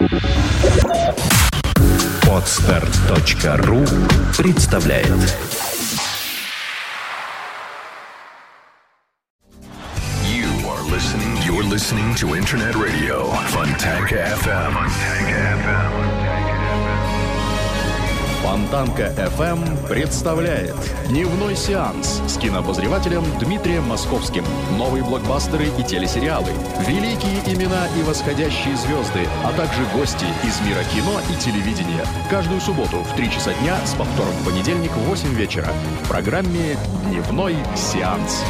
Podster.ru представляет. You're listening to Internet Radio Fontanka FM. Фонтанка FM представляет дневной сеанс с кинообозревателем Дмитрием Московским. Новые блокбастеры и телесериалы, великие имена и восходящие звезды, а также гости из мира кино и телевидения. Каждую субботу в 3 часа дня с повтором в понедельник в 8 вечера в программе «Дневной сеанс».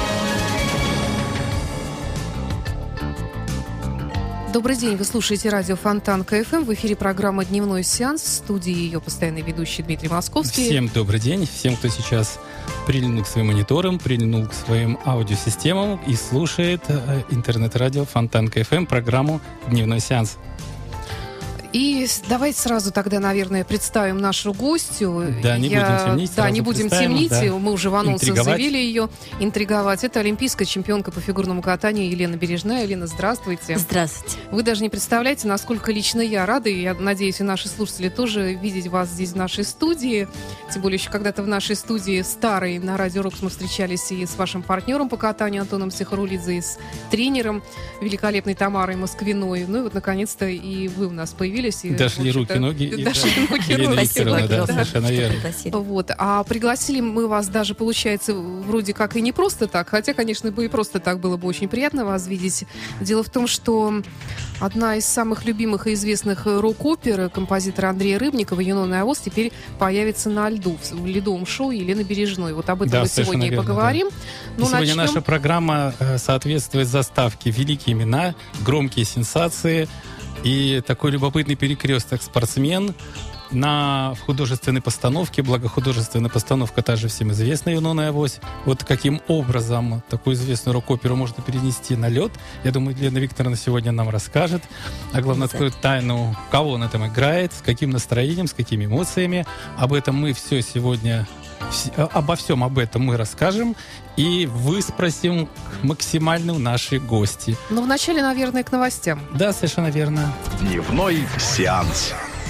Добрый день, вы слушаете радио Фонтанка FM. В эфире программа «Дневной сеанс». В студии ее постоянный ведущий Дмитрий Московский. Всем добрый день. Всем, кто сейчас прильнул к своим мониторам, прильнул к своим аудиосистемам и слушает интернет-радио Фонтанка FM, программу «Дневной сеанс». И давайте сразу тогда, наверное, представим нашу гостью. Да, не будем темнить. Да, не будем темнить. Да. Мы уже в анонсах завели ее. Интриговать. Это олимпийская чемпионка по фигурному катанию Елена Бережная. Елена, здравствуйте. Здравствуйте. Вы даже не представляете, насколько лично я рада, и я надеюсь, и наши слушатели тоже видеть вас здесь в нашей студии. Тем более, еще когда-то в нашей студии старой на Радио Рокс мы встречались и с вашим партнером по катанию Антоном Сихарулидзе, и с тренером великолепной Тамарой Москвиной. Ну и вот, наконец-то, и вы у нас появились. И, дошли руки-ноги. Дошли руки-ноги. Спасибо, да, совершенно верно. Вот. А пригласили мы вас даже, получается, вроде как и не просто так, хотя, конечно, бы и просто так было бы очень приятно вас видеть. Дело в том, что одна из самых любимых и известных рок-опер композитора Андрея Рыбникова «Юнона и Овос» теперь появится на льду, в ледовом шоу Елены Бережной. Вот об этом мы сегодня и поговорим. Да. Сегодня наша программа соответствует заставке «Великие имена», «Громкие сенсации». И такой любопытный перекресток спортсмен в художественной постановке, благо художественная постановка та же всем известная «Юнона и Авось». Вот каким образом такую известную рок-оперу можно перенести на лед, я думаю, Елена Викторовна сегодня нам расскажет. А главное, откроет тайну, кого он там играет, с каким настроением, с какими эмоциями. Об этом мы все сегодня... Обо всем об этом мы расскажем и выспросим максимально у нашей гости. Но вначале, наверное, к новостям. Да, совершенно верно. Дневной сеанс.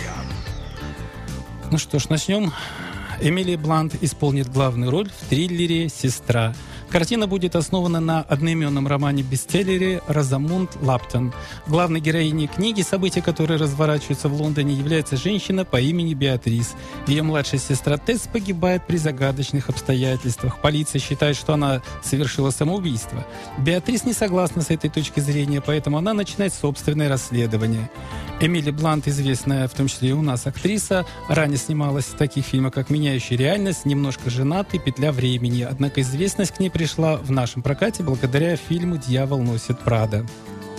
Ну что ж, начнем. Эмили Блант исполнит главную роль в триллере «Сестра». Картина будет основана на одноименном романе-бестселлере «Розамунд Лаптон». Главной героиней книги, события которой разворачиваются в Лондоне, является женщина по имени Беатрис. Ее младшая сестра Тесс погибает при загадочных обстоятельствах. Полиция считает, что она совершила самоубийство. Беатрис не согласна с этой точки зрения, поэтому она начинает собственное расследование. Эмили Блант, известная в том числе и у нас актриса, ранее снималась в таких фильмах, как «Меняющая реальность», «Немножко женатый», «Петля времени». Однако известность к ней пришла в нашем прокате благодаря фильму «Дьявол носит Прада».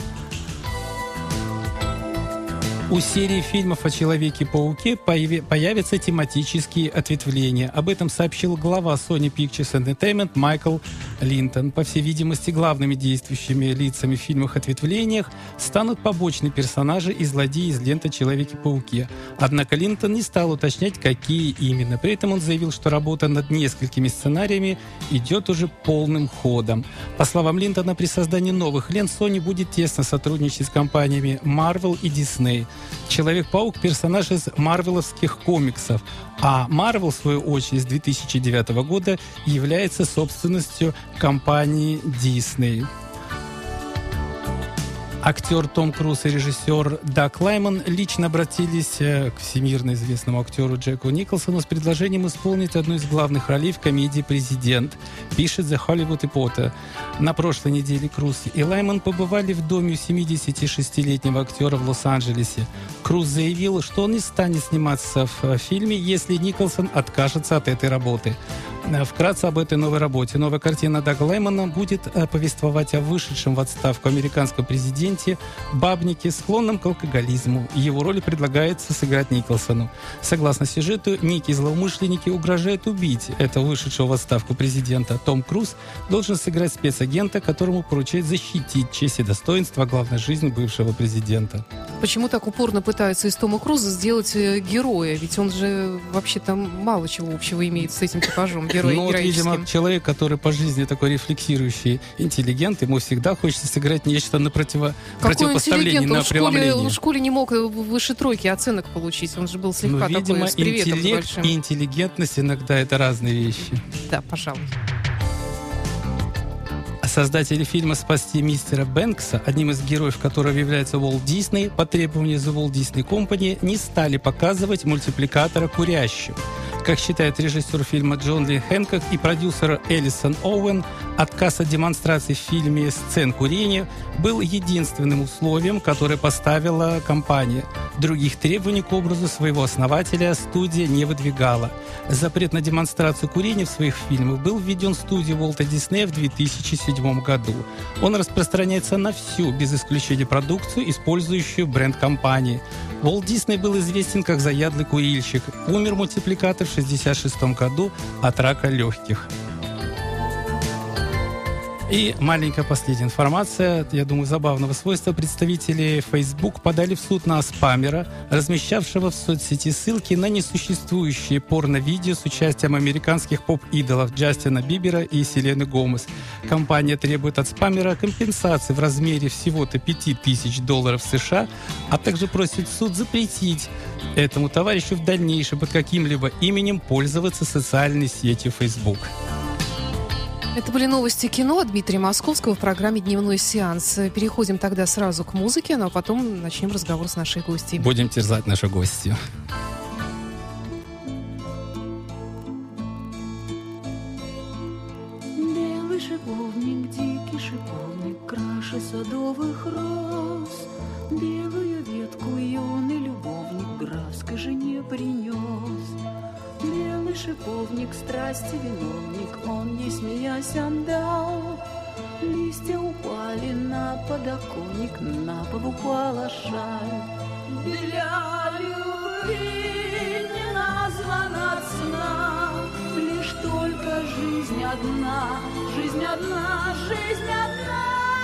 У серии фильмов о Человеке-пауке появятся тематические ответвления. Об этом сообщил глава Sony Pictures Entertainment Майкл Линтон. По всей видимости, главными действующими лицами в фильмах-ответвлениях станут побочные персонажи и злодеи из ленты «Человеке-пауке». Однако Линтон не стал уточнять, какие именно. При этом он заявил, что работа над несколькими сценариями идет уже полным ходом. По словам Линтона, при создании новых лент Sony будет тесно сотрудничать с компаниями Marvel и Disney. Человек-паук — персонаж из марвеловских комиксов, а Marvel, в свою очередь, с 2009 года является собственностью компании Disney. Актер Том Круз и режиссер Даг Лайман лично обратились к всемирно известному актеру Джеку Николсону с предложением исполнить одну из главных ролей в комедии «Президент», пишет The Hollywood Reporter. На прошлой неделе Круз и Лайман побывали в доме у 76-летнего актера в Лос-Анджелесе. Круз заявил, что он не станет сниматься в фильме, если Николсон откажется от этой работы. Вкратце об этой новой работе. Новая картина Дага Лаймана будет повествовать о вышедшем в отставку американском президенте, бабнике, склонном к алкоголизму. Его роли предлагается сыграть Николсону. Согласно сюжету, некие злоумышленники угрожают убить этого вышедшего в отставку президента. Том Круз должен сыграть спецагента, которому поручают защитить честь и достоинство главной жизни бывшего президента. Почему так упорно пытаются из Тома Круза сделать героя? Ведь он же вообще-то мало чего общего имеет с этим типажом. герой Ну, вот, видимо, человек, который по жизни такой рефлексирующий интеллигент, ему всегда хочется сыграть нечто на противопоставление, на преломление. Он в школе не мог выше тройки оценок получить, он же был слегка видимо, такой, с приветом интеллект большим. И интеллигентность иногда это разные вещи. Да, пожалуй. Создатели фильма «Спасти мистера Бэнкса», одним из героев которого является Уолт Дисней, по требованию The Walt Disney Company не стали показывать мультипликатора курящим. Как считает режиссер фильма Джон Ли Хэнкок и продюсер Элисон Оуэн, отказ от демонстрации в фильме сцен курения был единственным условием, которое поставила компания. Других требований к образу своего основателя студия не выдвигала. Запрет на демонстрацию курения в своих фильмах был введен студией Уолта Диснея в 2007 году. Он распространяется на всю, без исключения продукцию, использующую бренд компании. Уолт Дисней был известен как заядлый курильщик. Умер мультипликатор в 1966 году от рака легких. И маленькая последняя информация, я думаю, забавного свойства. Представители Facebook подали в суд на спамера, размещавшего в соцсети ссылки на несуществующие порно-видео с участием американских поп-идолов Джастина Бибера и Селены Гомес. Компания требует от спамера компенсации в размере всего-то $5000 США, а также просит суд запретить этому товарищу в дальнейшем под каким-либо именем пользоваться социальной сетью Facebook. Это были новости кино от Дмитрия Московского в программе «Дневной сеанс». Переходим тогда сразу к музыке, ну а потом начнем разговор с нашей гостьей. Будем терзать нашу гостью. Белый шиповник, дикий шиповник, краше садовых роз. Белую ветку юный любовник графской жене принес. Белый шиповник, страсти виновник, он ей смеясь отдал. Листья упали на подоконник, на пол упала шаль. Для любви не названа цена, лишь только жизнь одна, жизнь одна, жизнь одна.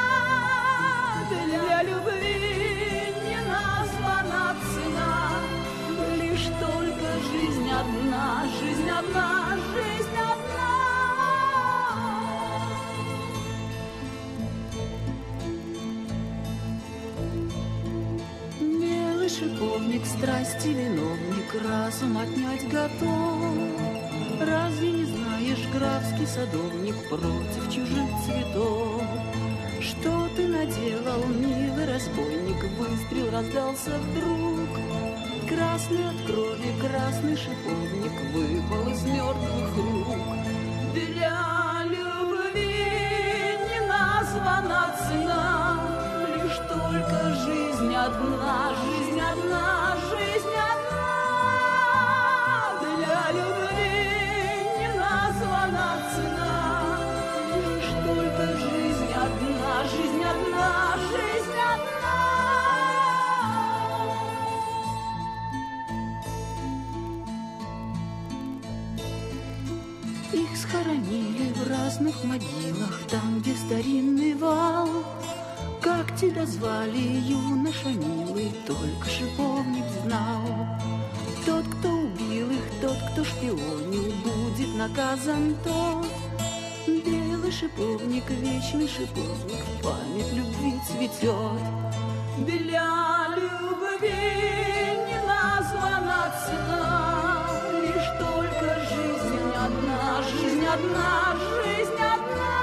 Для любви не названа цена, лишь только жизнь одна, жизнь одна, жизнь одна. Белый шиповник, страсти виновник, разум отнять готов. Разве не знаешь, графский садовник против чужих цветов? Что ты наделал, милый разбойник? Выстрел раздался вдруг. Красный от крови, красный шиповник выпал из мертвых рук. Для любви не названа цена, лишь только жизнь одна, жизнь одна, жизнь одна. Для любви не названа цена, лишь только жизнь одна, жизнь одна, жизнь одна. Их схоронили в разных могилах, там, где старинный вал. Как тебя звали, юноша милый, только шиповник знал. Тот, кто убил их, тот, кто шпионил, будет наказан тот. Белый шиповник, вечный шиповник, в память любви цветет. Для любви не названа цена, лишь только жизнь одна, жизнь одна, жизнь одна.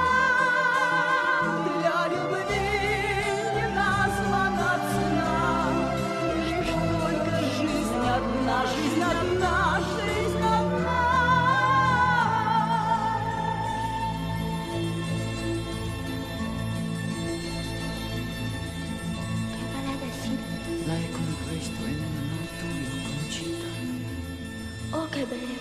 Для любви не названа цена, лишь только жизнь одна, жизнь одна, жизнь одна. Like un questo e nemmeno tu io concita. Oh, che belle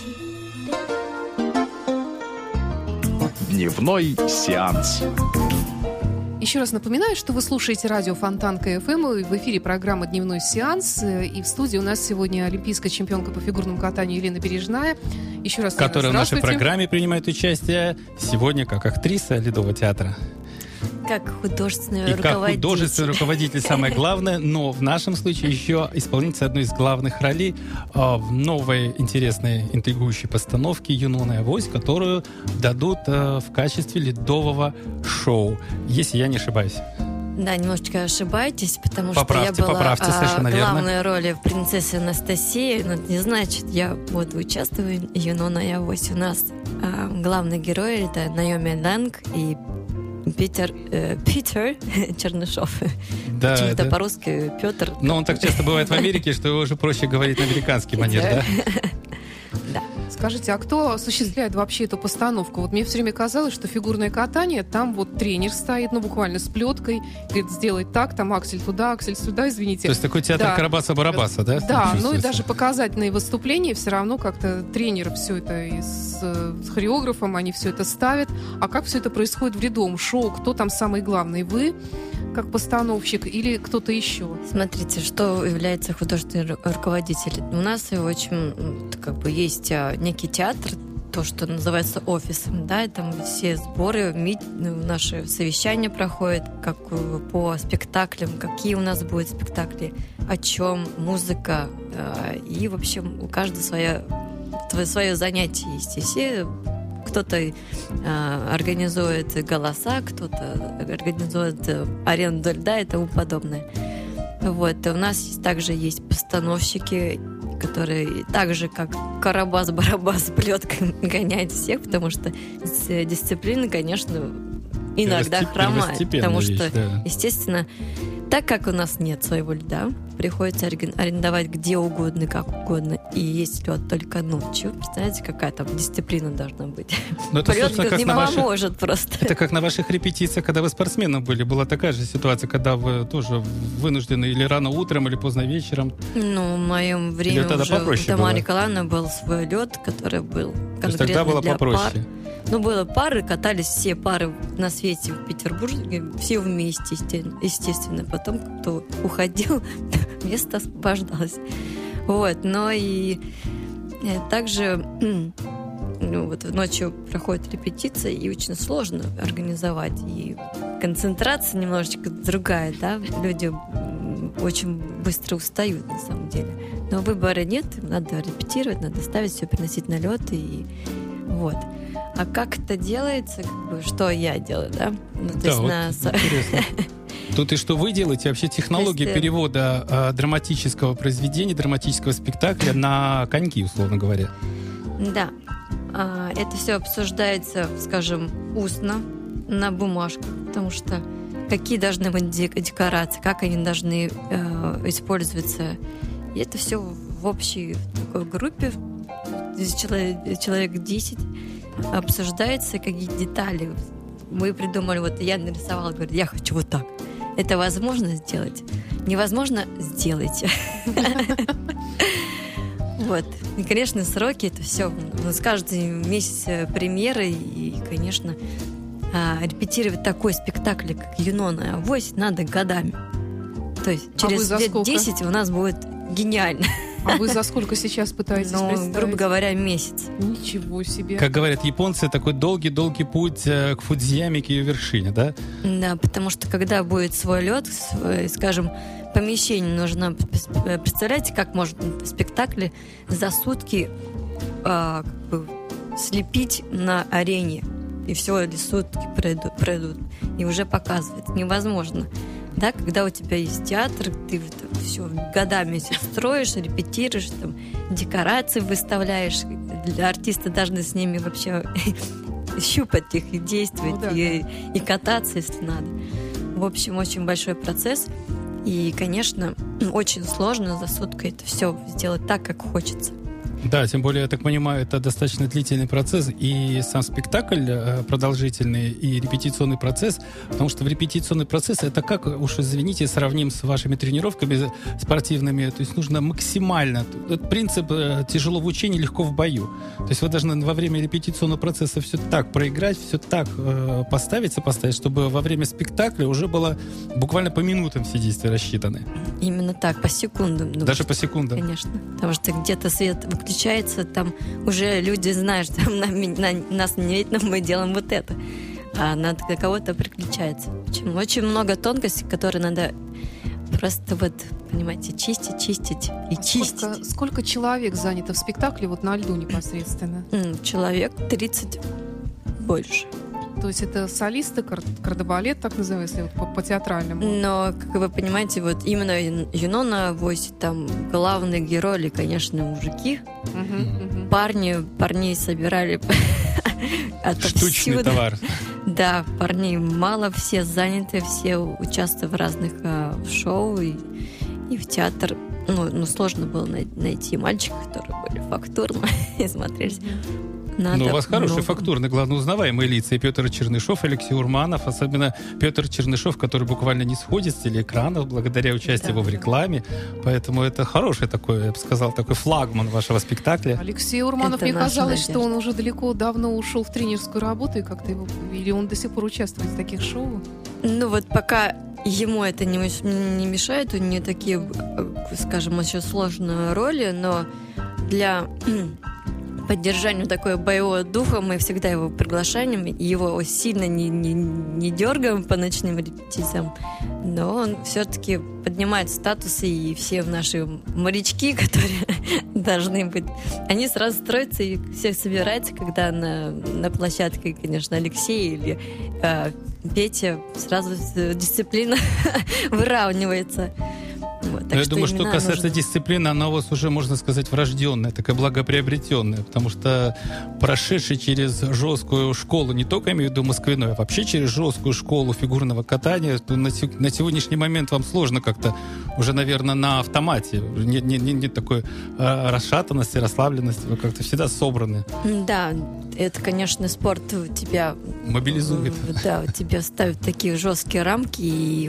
poesie. Дневной сеанс. Еще раз напоминаю, что вы слушаете радио Фонтан КФМ. В эфире программа «Дневной сеанс». И в студии у нас сегодня олимпийская чемпионка по фигурному катанию Елена Бережная. Еще раз которая в нашей программе принимает участие сегодня как актриса Ледового театра. как художественный И руководитель. как художественный руководитель самое главное, но в нашем случае еще исполнительница одной из главных ролей в новой интересной интригующей постановке «Юнона и Авось», которую дадут в качестве ледового шоу, если я не ошибаюсь. Да, немножечко ошибаетесь, потому Поправьте, что я была совершенно верно. главной роли в «Принцессе Анастасии», но это не значит, я вот участвую в «Юнона и Авось». У нас главный герой — это Наоми Ланг и Питер Чернышов. Да, Почему-то да. по-русски Петр. Но он так часто бывает в Америке, что его уже проще говорить на американский манер, да? Скажите, а кто осуществляет вообще эту постановку? Вот мне все время казалось, что фигурное катание, там вот тренер стоит, ну, буквально с плеткой, говорит, сделай так, там аксель туда, аксель сюда, извините. То есть такой театр Да. Карабаса-Барабаса, да? Да, ну и чувствуется? даже показательные выступления все равно как-то тренер все это и с хореографом, они все это ставят. А как все это происходит в рядовом шоу? Кто там самый главный? Вы, как постановщик, или кто-то еще? Смотрите, что является художественным руководителем. У нас очень, как бы, есть некий театр, то, что называется офисом, да, и там все сборы, наши совещания проходят, как по спектаклям, какие у нас будут спектакли, о чем, музыка, и, в общем, у каждого свое занятие есть. И все, кто-то организует голоса, кто-то организует аренду льда и тому подобное. Вот. У нас также есть постановщики, которые так же, как Карабас-Барабас, плеткой гоняют всех, потому что дисциплина, конечно, иногда хромает. Потому что, естественно, так как у нас нет своего льда, приходится арендовать где угодно, как угодно, и есть лед только ночью. Представляете, какая там дисциплина должна быть? Плетка не поможет просто. Это как на ваших репетициях, когда вы спортсменом были. Была такая же ситуация, когда вы тоже вынуждены или рано утром, или поздно вечером. Ну, в моем время уже у Тамары Николаевны был свой лед, который был конкретно тогда было для попроще. пар. Ну, было пары, катались все пары на свете в Петербурге, все вместе, естественно. Потом кто уходил, место освобождалось. Вот, но и также вот ночью проходит репетиция, и очень сложно организовать. И концентрация немножечко другая, да, люди очень быстро устают, на самом деле. Но выбора нет, надо репетировать, надо ставить все, приносить на лед, и вот. А как это делается, как бы, что я делаю, да? Ну, то есть интересно. Тут и что вы делаете, вообще технология перевода драматического произведения, драматического спектакля на коньки, условно говоря. Да. Это все обсуждается, скажем, устно, на бумажках, потому что какие должны быть декорации, как они должны использоваться. И это все в общей такой группе, человек 10, обсуждается, какие детали. Мы придумали, вот я нарисовала, говорю, я хочу вот так. Это возможно сделать? Невозможно? Сделайте. Вот. И, конечно, сроки, это все. У нас каждый месяц премьеры, и, конечно, репетировать такой спектакль, как «Юнона и Авось», надо годами. То есть через лет 10 у нас будет гениально. А вы за сколько сейчас пытаетесь представить? Грубо говоря, месяц. Ничего себе. Как говорят японцы, такой долгий-долгий путь к Фудзияме, к ее вершине, да? Да, потому что когда будет свой лед, скажем, помещение нужно... Представляете, как можно в спектакле за сутки слепить на арене, и все, или сутки пройдут, и уже показывать. Невозможно. Да, когда у тебя есть театр, ты все годами все строишь, репетируешь, там, декорации выставляешь. Артисты должны с ними вообще щупать их и действовать, и кататься, если надо. В общем, очень большой процесс. И, конечно, очень сложно за сутки это все сделать так, как хочется. Да, тем более, я так понимаю, это достаточно длительный процесс, и сам спектакль продолжительный, и репетиционный процесс, потому что в репетиционный процесс это как, уж извините, сравним с вашими тренировками спортивными, то есть нужно максимально, этот принцип тяжело в учении, легко в бою. То есть вы должны во время репетиционного процесса все так проиграть, все так поставить, чтобы во время спектакля уже было буквально по минутам все действия рассчитаны. Именно так, по секундам. Даже по секундам? Конечно, потому что где-то свет выключается, там уже люди знают, что нас не видно, мы делаем вот это. а на кого-то приключается. Очень много тонкостей, которые надо просто вот, понимаете, чистить и чистить. Сколько человек занято в спектакле вот на льду непосредственно? Человек 30 больше. То есть это солисты, кардебалет, так называется, если вот по театральному. Но, как вы понимаете, вот именно Юнона Войс, там главные герои, конечно, мужики. Парней собирали Штучный товар. Да, парней мало, все заняты, все участвуют в разных шоу и в театр. Ну, сложно было найти мальчиков, которые были фактурно и смотрелись. Ну, у вас хороший фактурный, главное, узнаваемые лица. И Петр Чернышов, Алексей Урманов, особенно Петр Чернышов, который буквально не сходит с телеэкранов благодаря участию его в рекламе. Поэтому это хороший такой, я бы сказал, такой флагман вашего спектакля. Алексей Урманов, мне казалось, что он уже давно ушел в тренерскую работу, и как-то его... Или он до сих пор участвует в таких шоу? Ну, вот пока ему это не мешает, у него такие, скажем, очень сложные роли, но для поддержанию такого боевого духа мы всегда его приглашаем, его сильно не дергаем по ночным репетициям, но он все-таки поднимает статус, и все наши морячки, которые должны быть, они сразу строятся и все собираются, когда на площадке, конечно, Алексей или Петя, сразу дисциплина выравнивается. Вот, я думаю, что касается дисциплины, она у вас уже, можно сказать, врожденная, такая благоприобретенная, потому что прошедший через жесткую школу, не только, имею в виду, Москвиной, а вообще через жесткую школу фигурного катания, на сегодняшний момент вам сложно как-то уже, наверное, на автомате. Нет такой расшатанности, расслабленности, вы как-то всегда собраны. Да, это, конечно, спорт тебя мобилизует. Да, тебя ставят такие жесткие рамки, и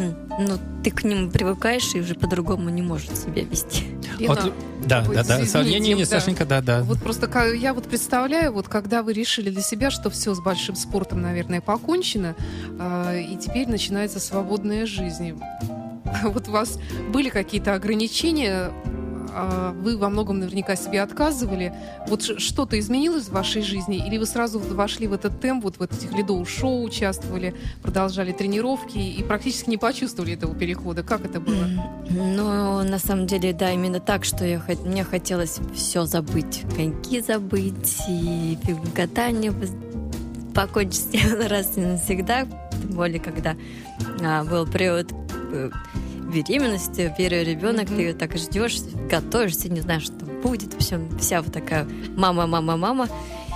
ты к ним привыкаешь, и уже по-другому не можешь себя вести. Лена, да. Не, Сашенька, да. Вот просто я вот представляю, вот когда вы решили для себя, что все с большим спортом, наверное, покончено, и теперь начинается свободная жизнь. Вот у вас были какие-то ограничения, вы во многом наверняка себе отказывали. Вот что-то изменилось в вашей жизни? Или вы сразу вошли в этот темп, вот в этих ледовых шоу участвовали, продолжали тренировки и практически не почувствовали этого перехода? Как это было? Ну, на самом деле, да, именно так, что мне хотелось все забыть. Коньки забыть и катание покончить с тем раз и навсегда. Тем более, когда был период беременности, первый ребенок, ты ее так ждешь, готовишься, не знаешь, что будет, вся вот такая мама.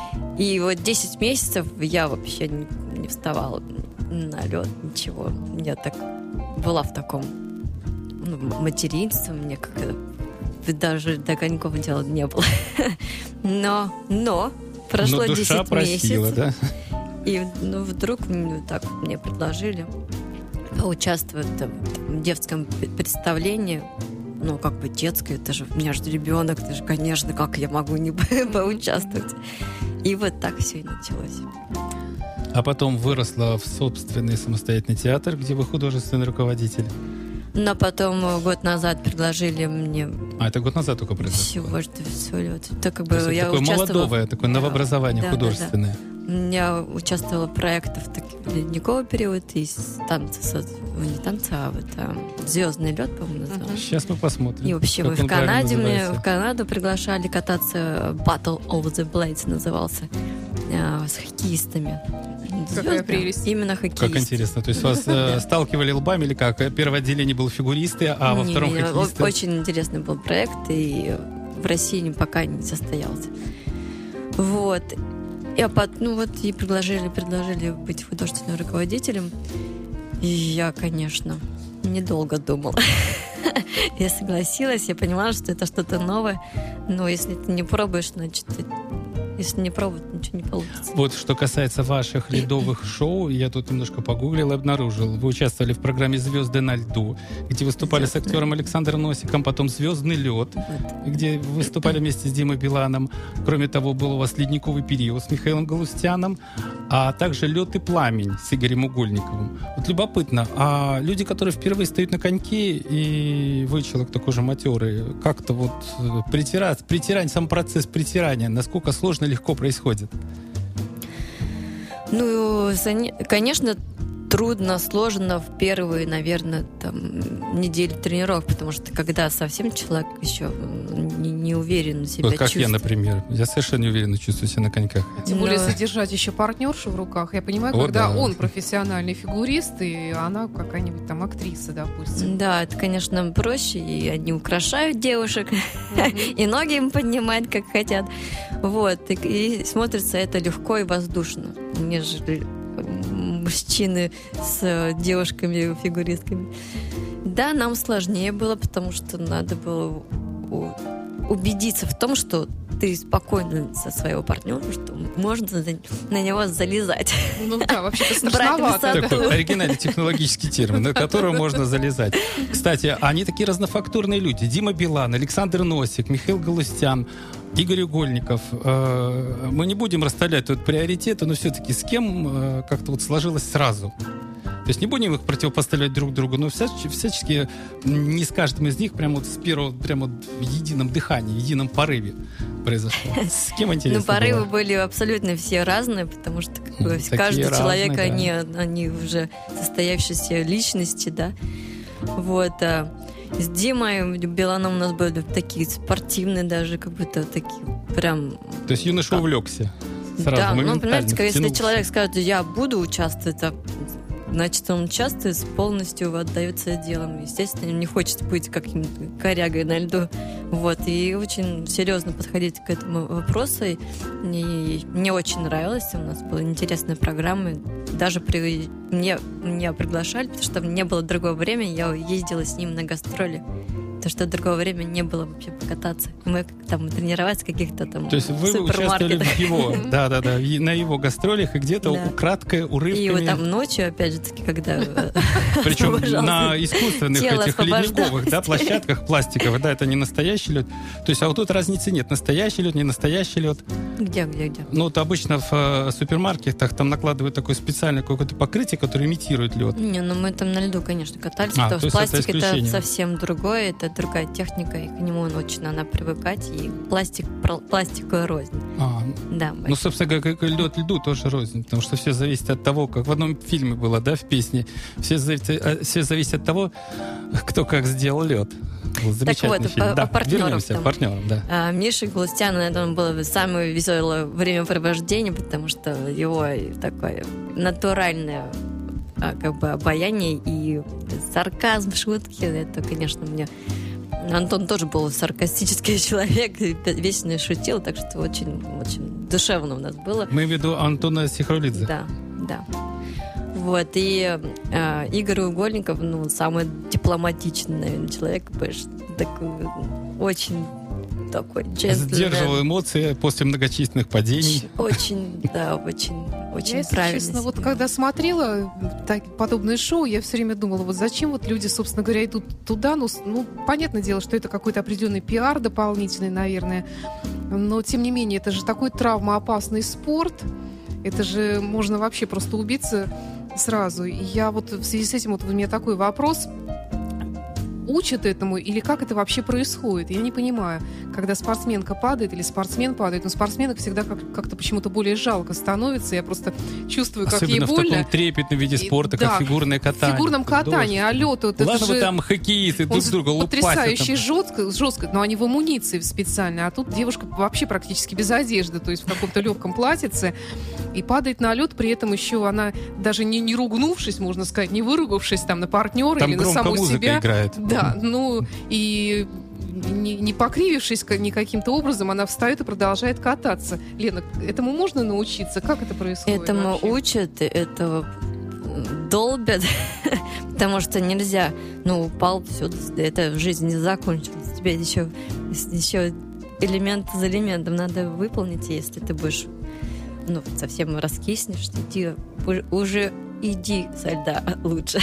И вот 10 месяцев я вообще не вставала на лед, ничего. Я так была в таком материнстве, мне как-то даже до коньков дела не было. Но прошло 10 месяцев. Да? И вдруг мне предложили поучаствовать в детском представлении. Как бы детское, это же у меня же ребенок, это же, конечно, как я могу не поучаствовать. И вот так все и началось. А потом выросла в собственный самостоятельный театр, где вы художественный руководитель. Но потом год назад предложили мне... это год назад только произошло? Всего это как бы я такое участвовала... молодое, такое новообразование художественное. Да. Я участвовала в проектах в ледниковый период из танца, не танца, а «Звездный лед», по-моему, назывался. Сейчас мы посмотрим. И вообще мы в Канаду приглашали кататься, Battle of the Blades назывался, с хоккеистами. Какая прелесть. Именно хоккеисты. Как интересно. То есть вас сталкивали лбами или как? Первое отделение было фигуристы, а во втором хоккеисты? Очень интересный был проект, и в России пока не состоялся. Вот. И предложили быть художественным руководителем. И я, конечно, недолго думала. Я согласилась, я понимала, что это что-то новое. Но если ты не пробуешь, значит, если не пробовать, ничего не получится. Вот что касается ваших ледовых шоу, я тут немножко погуглил и обнаружил. Вы участвовали в программе «Звезды на льду», где выступали с актером Александром Носиком, потом «Звездный лед», где выступали вместе с Димой Биланом. Кроме того, был у вас «Ледниковый период» с Михаилом Галустяном, а также «Лед и пламень» с Игорем Угольниковым. Вот любопытно, а люди, которые впервые стоят на коньке, и вы человек такой же матерый, как-то вот притирание, сам процесс притирания, насколько сложно, легко происходит? Ну, конечно, трудно, сложно в первые, наверное, там, недели тренировок, потому что когда совсем человек еще не уверен в себе Вот как чувствует. я, например. Я совершенно не уверенно чувствую себя на коньках. Тем более Но- содержать еще партнершу в руках. Я понимаю, О, когда да. он профессиональный фигурист, и она какая-нибудь там актриса, допустим. Да, это, конечно, проще, и они украшают девушек, и ноги им поднимать, как хотят. Вот, и смотрится это легко и воздушно, нежели мужчины с девушками-фигуристками. Да, нам сложнее было, потому что надо было убедиться в том, что ты спокойно со своего партнера, что можно на него залезать. Ну да, вообще-то Брать страшновато. высоту. Такой оригинальный технологический термин, на который можно залезать. Кстати, они такие разнофактурные люди. Дима Билан, Александр Носик, Михаил Галустян, Игорь Угольников. Мы не будем расставлять тут приоритеты, но все-таки с кем как-то вот сложилось сразу. То есть не будем их противопоставлять друг другу, но всячески не с каждым из них прямо вот с первого, прямо вот в едином дыхании, в едином порыве произошло. С кем интересно Ну, порывы было? были абсолютно все разные, потому что как бы, Такие каждый человек, разные, они уже состоявшиеся личности, да. Вот. С Димой Биланом у нас были такие спортивные даже, как будто такие прям... То есть юноша увлекся. Сразу, да, ну, моментально понимаете, если втянулся. человек скажет, я буду участвовать, значит, он участвует, полностью отдается делом. Естественно, не хочет быть каким-то корягой на льду. Вот, и очень серьезно подходить к этому вопросу. И мне очень нравилось, у нас была интересная программа. Даже меня приглашали, потому что не было другого времени, я ездила с ним на гастроли. Потому что другого времени не было вообще покататься. Мы там тренироваться в каких-то там То есть вы участвовали супермаркетах. в его, да-да-да, на его гастролях и где-то Да. украдкой, И вот урывками, там ночью, опять же таки, когда... причем освобождался. на искусственных Тело этих ледниковых, да, освобождалось. площадках пластиковых, да, это не настоящий лед. То есть, а вот тут разницы нет, настоящий лед, не настоящий лед. Где? Ну, вот обычно в супермаркетах там накладывают такое специальное какое-то покрытие, которое имитирует лед. Не, ну мы там на льду, конечно, катались. А, потому то что есть это пластик это исключение. совсем другое, это другая техника, и к нему очень надо привыкать, и пластиковая рознь. Да, Ну, собственно говоря, как и лед льду тоже рознь, потому что все зависит от того, как в одном фильме было, да, в песне, все зависит от того, кто как сделал лед. Был замечательный вот, фильм. о Да, партнерах вернемся там. к партнерам, да. Миша Галустян, это было самое веселое времяпровождение, потому что его такое натуральное как бы обаяние и сарказм, шутки, это, конечно, мне... Антон тоже был саркастический человек, вечно шутил, так что очень душевно у нас было. Мы в виду Антона Сихрулидзе. Да. Вот, и Игорь Угольников, самый дипломатичный, наверное, человек, такой, очень такой джентльмен. Сдерживал эмоции после многочисленных падений. Очень Я, если правильно. честно, вот себя. когда смотрела подобные шоу, я все время думала, вот зачем вот люди, собственно говоря, идут туда, ну, понятное дело, что это какой-то определенный пиар дополнительный, наверное, но, тем не менее, это же такой травмоопасный спорт, это же можно вообще просто убиться сразу. И я вот в связи с этим, вот у меня такой вопрос, учат этому или как это вообще происходит? Я не понимаю, когда спортсменка падает или спортсмен падает, но спортсменок всегда как-то почему-то более жалко становится. Я просто чувствую, как ей Особенно в больно. таком трепетном виде спорта, И, да, как фигурное В катание. фигурном катании, а лед, вот это Ладно, же... вы там хоккеисты Он друг же друга лупасят. потрясающе жестко, но они в амуниции специально, а тут девушка вообще практически без одежды, то есть в каком-то легком платьице, и падает на лед, при этом еще она даже не ругнувшись, можно сказать, не выругавшись там на партнера Там или на громко саму музыка себя. играет. Да, и не покривившись никаким-то образом, она встает и продолжает кататься. Лена, этому можно научиться? Как это происходит? Этому вообще? учат, этого долбят, потому что нельзя, упал, все, это жизнь не закончилась. Тебе еще элемент за элементом надо выполнить, если ты будешь совсем раскиснешь, уже иди со льда лучше.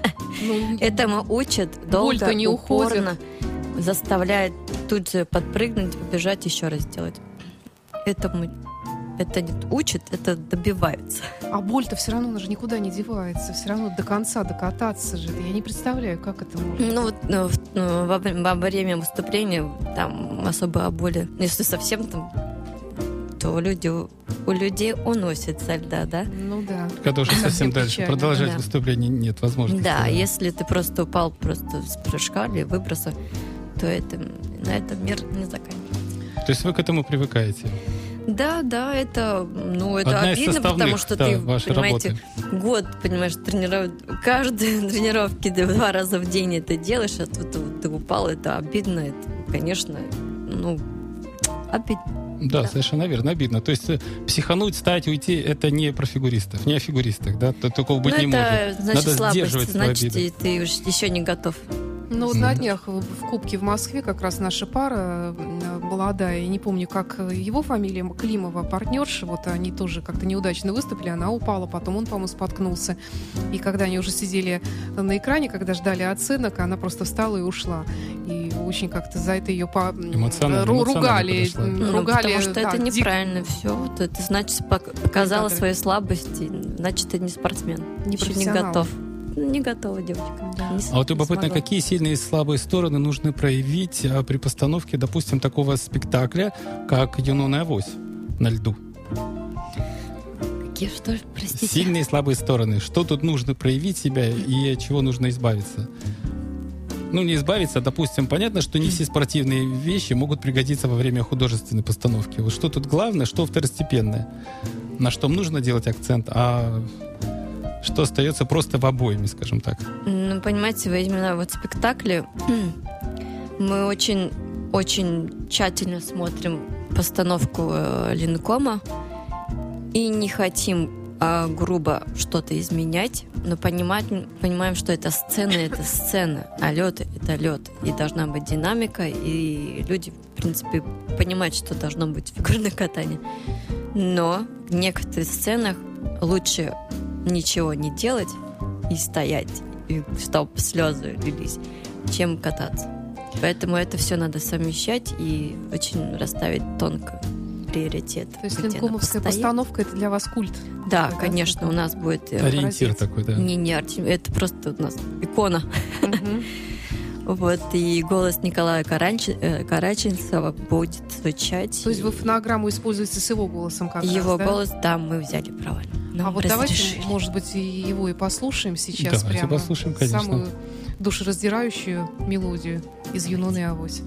Этому учат долго, боль-то не упорно, заставляет тут же подпрыгнуть, побежать, еще раз сделать. Это не учат, это добиваются. А боль-то все равно, она же никуда не девается. Все равно до конца докататься же. Я не представляю, как это можно. Во время выступления там особо о боли. Если совсем там то у людей уносит со льда, да? Ну да. Когда уже совсем дальше печально. продолжать Да. выступление нет возможности. Да, если ты просто упал просто с прыжка или выброса, то на этом мир не заканчивается. То есть вы к этому привыкаете? Да, это Одна из обидно, составных, потому что да, ты, вашей понимаете, год, понимаешь, каждые тренировки 2 раза в день это делаешь, а тут ты упал, это обидно, это, конечно, обидно. Да, совершенно верно, обидно. То есть психануть, встать, уйти, это не про фигуристов, не о фигуристах, да? Такого быть не может. Значит, Надо слабость, сдерживать свою значит, обиду. ты еще не готов. Ну вот на днях в Кубке в Москве как раз наша пара молодая, я не помню, как его фамилия, Климова, партнерша, вот они тоже как-то неудачно выступили, она упала, потом он, по-моему, споткнулся. И когда они уже сидели на экране, когда ждали оценок, она просто встала и ушла. И очень как-то за это ее Эмоционально ругали. подошла. Ругали, Потому что да, это дико. неправильно все. Вот это значит, показала Комментаторы. свою слабость, и, значит, ты не спортсмен. Не Еще не профессионал. готов. Не готова девочка. Да. А вот любопытно, смогла. какие сильные и слабые стороны нужно проявить при постановке, допустим, такого спектакля, как «Юнона и Авось» на льду? Какие, что, простите? Сильные и слабые стороны. Что тут нужно проявить себя и от чего нужно избавиться? Ну, не избавиться, а, допустим, понятно, что не все спортивные вещи могут пригодиться во время художественной постановки. Вот что тут главное, что второстепенное? На что нужно делать акцент, а что остается просто в обойме, скажем так? Ну, понимаете, вы именно вот спектакли мы очень тщательно смотрим постановку линкома и не хотим грубо что-то изменять, но понимаем, что это сцена, а лед это лед. И должна быть динамика, и люди, в принципе, понимают, что должно быть фигурное катание. Но в некоторых сценах лучше ничего не делать и стоять, и чтобы слезы лились, чем кататься. Поэтому это все надо совмещать и очень расставить тонко приоритет. То есть где надо линкомовская постоять. постановка — это для вас культ? Да, Да, конечно, у нас будет... Ориентир образец. такой, да. Это просто у нас икона. Мгм. Вот, и голос Николая Караченцева будет звучать. То есть вы фонограмму используете с его голосом как Его раз, да? голос, да, мы взяли право. Нам А вот давайте, разрешили. может быть, и его и послушаем сейчас Давайте прямо. послушаем, конечно. Самую душераздирающую мелодию из «Юноны и Авось».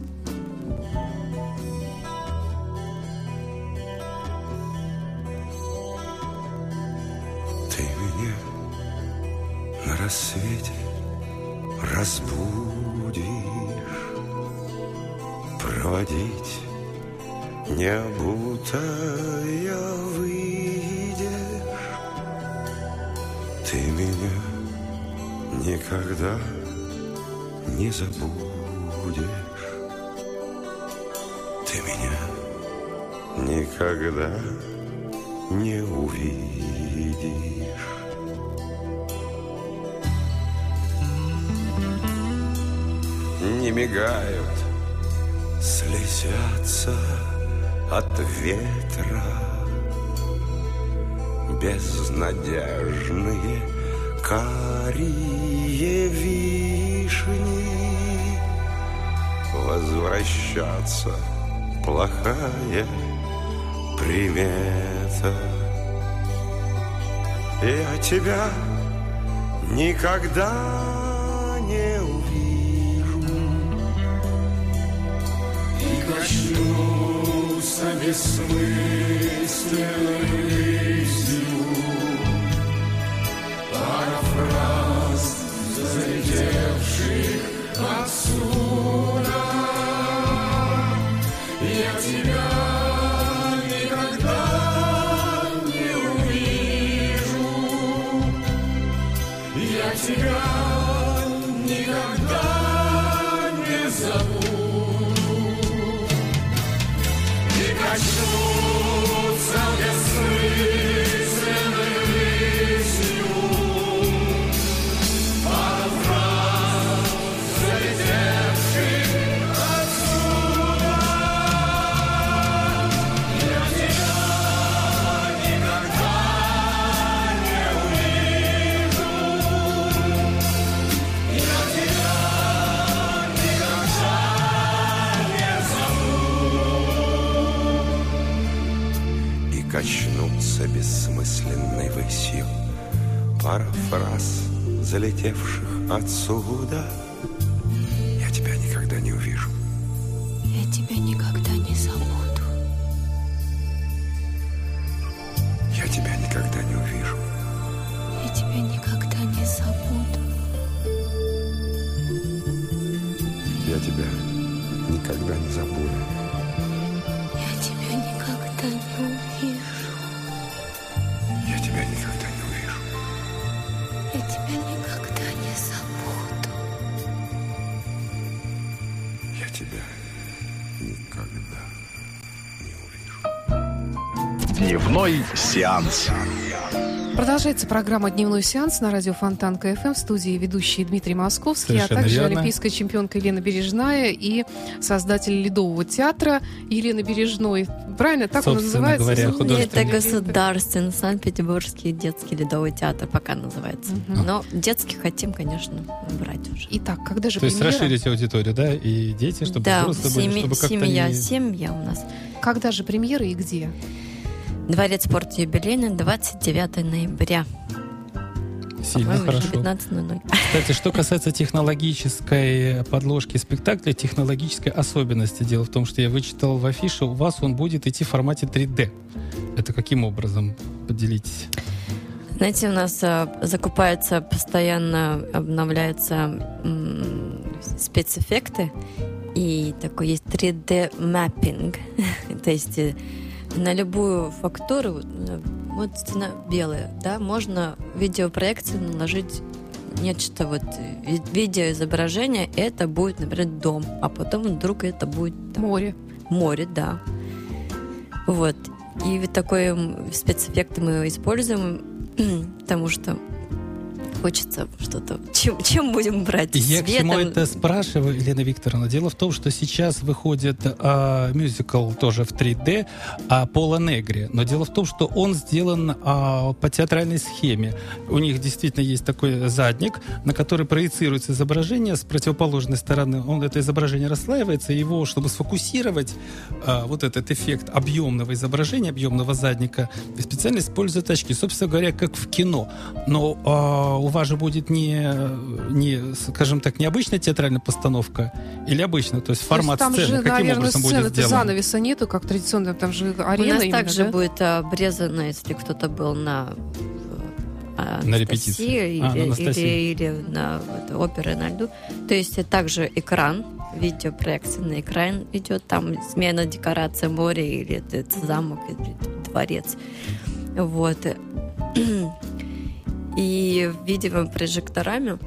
Ты меня на рассвете разбудишь, проводить не обутая выйдешь. Ты меня никогда не забудешь. Ты меня никогда не увидишь. Не мигают, слезятся от ветра безнадежные карие вишни. Возвращаться плохая примета. Я тебя никогда не увижу. И качнусь бессмысленной рысью парафраз залетевших отсюда. Я тебя никогда не увижу. Я тебя никогда не забуду. И качнуться бессмысленной рысью парафраз залетевших отсюда. Я тебя никогда не увижу. качнуться бессмысленной высью. Пара фраз, залетевших отсюда. Я тебя никогда не увижу. Я тебя никогда не забуду. Я тебя никогда не увижу. Я тебя никогда не забуду. Я тебя никогда не забуду. Я тебя никогда не увижу. Я тебя никогда не увижу. Я тебя никогда не забуду. Я тебя никогда не увижу. Дневной сеанс. Продолжается программа «Дневной сеанс» на радио Фонтан КФМ. В студии ведущий Дмитрий Московский, Совершенно а также верно. олимпийская чемпионка Елена Бережная и создатель Ледового театра Елена Бережной. Правильно? Так он Собственно называется? говоря, Ну, художественный. Это государственный Санкт-Петербургский детский ледовый театр пока называется. Но детский хотим, конечно, брать уже. Итак, когда же То есть премьера? расширить аудиторию, да, и дети, чтобы Да, взрослые были, чтобы как-то семья, не... семья у нас. Когда же премьера и где? Дворец спорта юбилейный, 29 ноября. Сильно По-моему, хорошо. 19:00. Кстати, что касается технологической подложки спектакля, технологической особенности, дело в том, что я вычитал в афише, у вас он будет идти в формате 3D. Это каким образом? Поделитесь. Знаете, у нас закупаются, постоянно обновляются спецэффекты, и такой есть 3D-маппинг. То есть на любую фактуру, вот стена белая, да, можно в видеопроекции наложить нечто, вот видеоизображение, это будет, например, дом, а потом вдруг это будет там, море, да. Вот. И вот такой спецэффект мы используем, потому что хочется что-то... Чем будем брать? Я к чему Светом? это спрашиваю, Елена Викторовна? Дело в том, что сейчас выходит мюзикл тоже в 3D Пола Негри. Но дело в том, что он сделан по театральной схеме. У них действительно есть такой задник, на который проецируется изображение с противоположной стороны. Это изображение расслаивается, и его, чтобы сфокусировать вот этот эффект объемного изображения, объемного задника, специально используют очки. Собственно говоря, как в кино. Но у вас же будет не, скажем так, необычная театральная постановка или обычная, то есть формат там сцены, же, каким наверное, образом будет сцены-то сделан? занавеса нету, как традиционно, там же арена У нас именно, также да? будет обрезано, если кто-то был на репетиции. или на опере на льду. То есть также экран, видеопроекция на экран идет, там смена декорация моря, или это замок, или дворец. Вот. И видимо прожекторами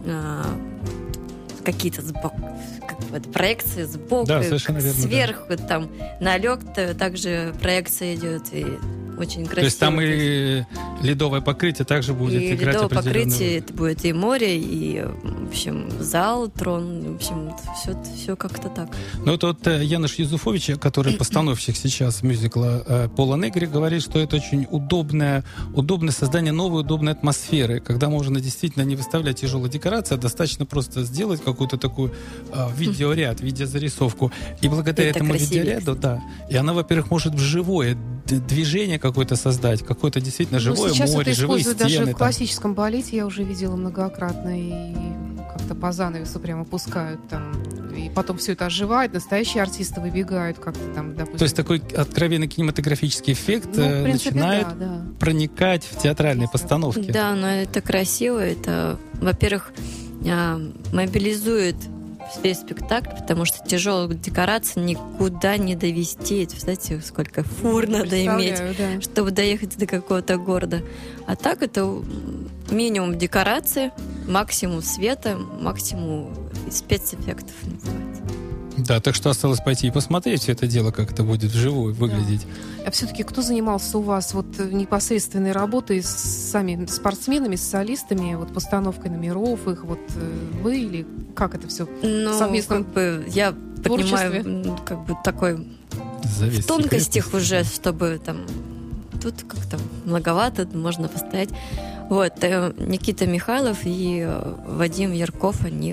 какие-то проекции сбоку, Да, совершенно верно, сверху, там налег, также проекция идет, и очень красиво. То есть там и ледовое покрытие также будет и играть ледовое определенную покрытие, роль. это будет и море, и, в общем, зал, трон, в общем, все как-то так. Ну, это вот Януш Юзуфович, который постановщик сейчас мюзикла Пола Негри, говорит, что это очень удобное создание новой удобной атмосферы, когда можно действительно не выставлять тяжелые декорации, а достаточно просто сделать какую-то такую видеоряд, видеозарисовку. И благодаря Это этому красивее, видеоряду, да, и она, во-первых, может в живое движение какое-то создать, какое-то действительно живое сейчас море, это живые используют даже стены. в там. классическом балете, я уже видела многократно, и как-то по занавесу прямо пускают там, и потом все это оживает, настоящие артисты выбегают как-то там, допустим. То есть такой откровенно кинематографический эффект Ну, в принципе, начинает да. проникать в театральные постановки. Да, но это красиво, это, во-первых, мобилизует весь спектакль, потому что тяжелых декораций никуда не довести. Представляете, сколько фур надо иметь, Да. чтобы доехать до какого-то города. А так это минимум декорации, максимум света, максимум спецэффектов называется. Да, так что осталось пойти и посмотреть все это дело, как это будет вживую выглядеть. А все-таки кто занимался у вас вот непосредственной работой с самими спортсменами, с солистами, вот постановкой номеров их, вот вы или как это все? Ну, Совместном как бы я творчестве? понимаю, как бы такой Зависит в тонкостях уже, чтобы там тут как-то многовато, можно поставить. Вот, Никита Михайлов и Вадим Ярков, они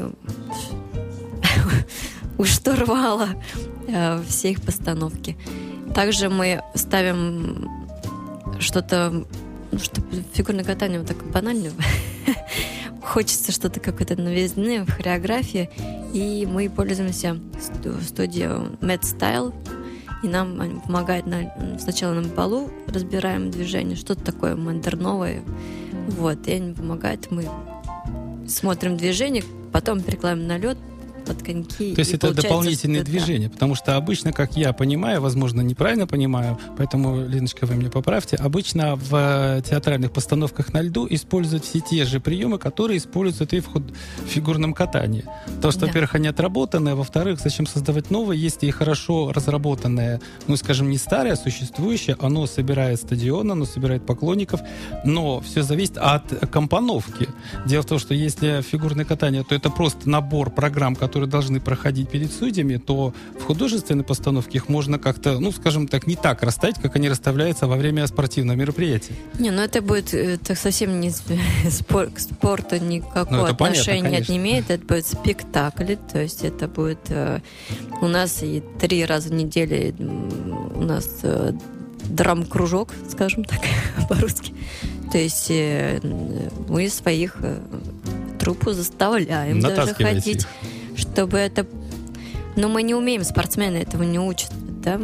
у штурвала все их постановки. Также мы ставим что-то, чтобы фигурное катание вот так банально. Хочется что-то какое-то новизны в хореографии. И мы пользуемся студией Mad Style. И нам они помогают сначала на полу разбираем движение, что-то такое модерновое. Вот, и они помогают, мы смотрим движение, потом перекладываем на лед под коньки. То есть это дополнительные движения, потому что обычно, как я понимаю, возможно, неправильно понимаю, поэтому, Леночка, вы меня поправьте, обычно в театральных постановках на льду используют все те же приемы, которые используют и в фигурном катании. Потому что, во-первых, они отработанные, а во-вторых, зачем создавать новое, если и хорошо разработанное, ну, скажем, не старое, а существующее, оно собирает стадион, оно собирает поклонников, но все зависит от компоновки. Дело в том, что если фигурное катание, то это просто набор программ, которые должны проходить перед судьями, то в художественной постановке их можно как-то, ну, скажем так, не так расставить, как они расставляются во время спортивного мероприятия. Не, ну это будет так совсем не к спорту никакого отношения не имеет. Это будет спектакль, то есть это будет у нас и 3 раза в неделю у нас драм-кружок, скажем так, по-русски. То есть мы своих труппу заставляем даже ходить. Их. Чтобы это... Но мы не умеем, спортсмены этого не учат. Да?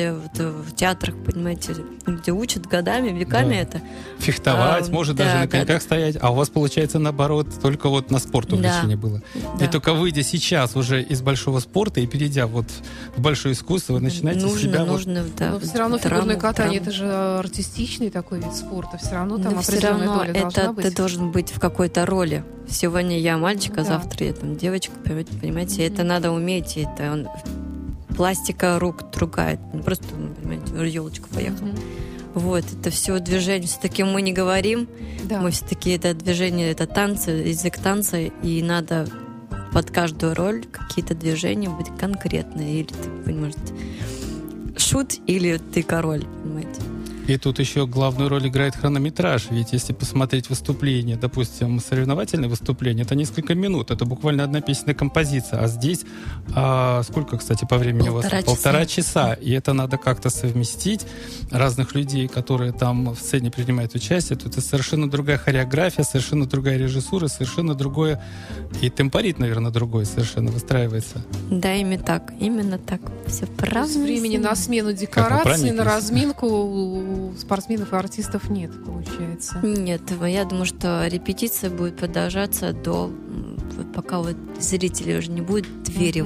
В театрах, понимаете, где учат годами, веками это. Фехтовать, может даже на коньках стоять. А у вас, получается, наоборот, только вот на спорт увлечение было. Да. И только выйдя сейчас уже из большого спорта и перейдя вот в большое искусство, вы начинаете себя... Но все равно фигурное катание, это же артистичный такой вид спорта. Все равно там определенная доля должна быть. Ты должен быть в какой-то роли. Сегодня я мальчик, а завтра я там девочка, понимаете, это надо уметь, это пластика рук другая, не просто, понимаете, елочка поехала. Вот, это все движение, все-таки мы не говорим, мы все-таки это движение, это танцы, язык танца, и надо под каждую роль какие-то движения быть конкретные, или ты, понимаешь, шут, или ты король, понимаете. И тут еще главную роль играет хронометраж. Ведь если посмотреть выступление, допустим, соревновательное выступление, это несколько минут, это буквально одна песенная композиция. А здесь сколько, кстати, по времени у вас? 1,5 часа. И это надо как-то совместить разных людей, которые там в сцене принимают участие. Тут это совершенно другая хореография, совершенно другая режиссура, совершенно другое и темпорит, наверное, другой совершенно выстраивается. Да, именно так. Все правильно. Времени на смену декораций, на разминку у спортсменов и артистов нет, получается. Нет, я думаю, что репетиция будет продолжаться до пока вот зрители уже не будут двери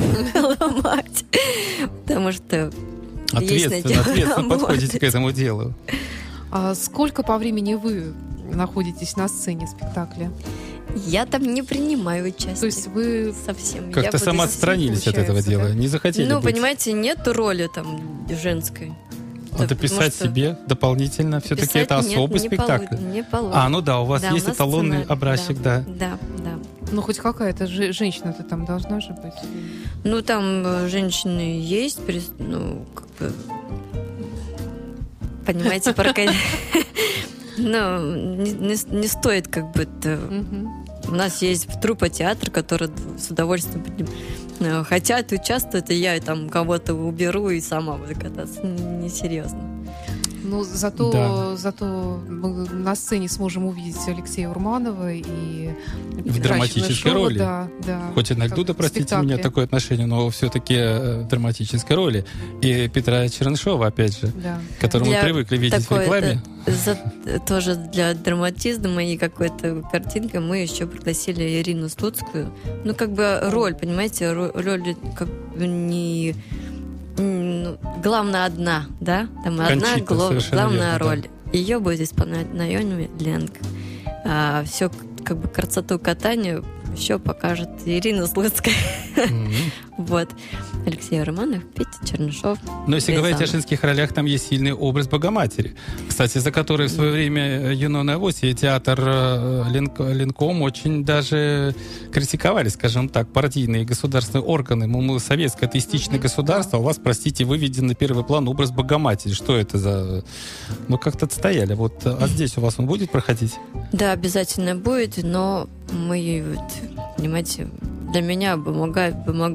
ломать. Потому что ответственно подходите к этому делу. А сколько по времени вы находитесь на сцене спектакля? Я там не принимаю участие. То есть вы совсем как-то самоотстранились от этого дела, не захотели быть. Понимаете, нет роли там женской. Это писать себе дополнительно, все-таки это особый спектакль. Не получится. Ну да, у вас есть эталонный образчик, да. Да. Ну хоть какая-то женщина-то там должна же быть. Ну там женщины есть, как бы, понимаете, не стоит как бы... У нас есть труппа театр, который с удовольствием хотят участвовать, и я там кого-то уберу и сама буду кататься. Несерьезно. Ну, зато мы на сцене сможем увидеть Алексея Урманова и в драматической роли. Да. Хоть иногда, простите меня, такое отношение, но все-таки в драматической роли. И Петра Чернышова, опять же, которого мы привыкли видеть в рекламе. Тоже для драматизма и какой-то картинкой мы еще пригласили Ирину Слуцкую. Ну, как бы роль, понимаете, роль как бы не... главная одна, да? Там одна главная роль. Ее будет исполнять Наоми Ленг. Все как бы красоту катания еще покажет Ирина Слуцкая. Вот. Алексей Романов, Петя Чернышов. Но если говорить о женских ролях, там есть сильный образ Богоматери. Кстати, за который в свое время Юнона Авось и театр Ленком очень даже критиковали, скажем так, партийные государственные органы. Мы советское атеистичное государство, а у вас, простите, выведен на первый план образ Богоматери. Что это за... как-то отстояли. А здесь у вас он будет проходить? Да, обязательно будет, но мы, понимаете, для меня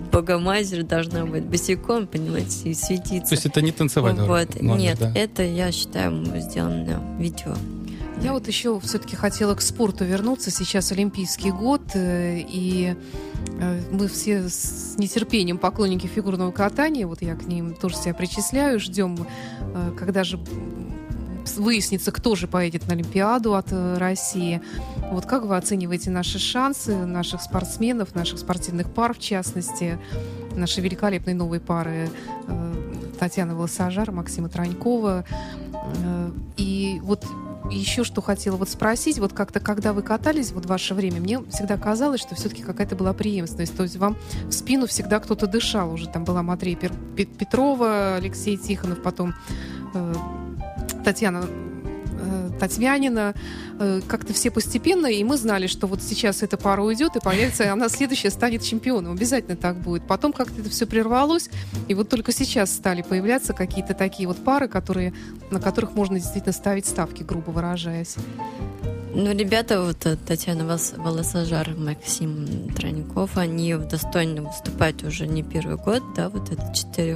Богоматерь должна быть босиком, понимаете, и светиться. То есть это не танцевальный Вот. номер, Нет, да? это, я считаю, сделано видео. Я вот еще все-таки хотела к спорту вернуться. Сейчас Олимпийский год, и мы все с нетерпением поклонники фигурного катания, вот я к ним тоже себя причисляю, ждем, когда же выяснится, кто же поедет на Олимпиаду от России. Вот как вы оцениваете наши шансы, наших спортсменов, наших спортивных пар, в частности, наши великолепные новые пары Татьяна Волосожар, Максима Тронькова. И вот еще что хотела вот спросить, вот как-то, когда вы катались, вот в ваше время, мне всегда казалось, что все-таки какая-то была преемственность, то есть вам в спину всегда кто-то дышал, уже там была Матрея Петрова, Алексей Тихонов, потом Татьяна Татьянина, как-то все постепенно, и мы знали, что вот сейчас эта пара уйдет, и появится, и она следующая станет чемпионом. Обязательно так будет. Потом как-то это все прервалось, и вот только сейчас стали появляться какие-то такие вот пары, на которых можно действительно ставить ставки, грубо выражаясь. Ну, ребята, вот Татьяна Волосожар, Максим Троньков, они достойны выступать уже не первый год, да, вот это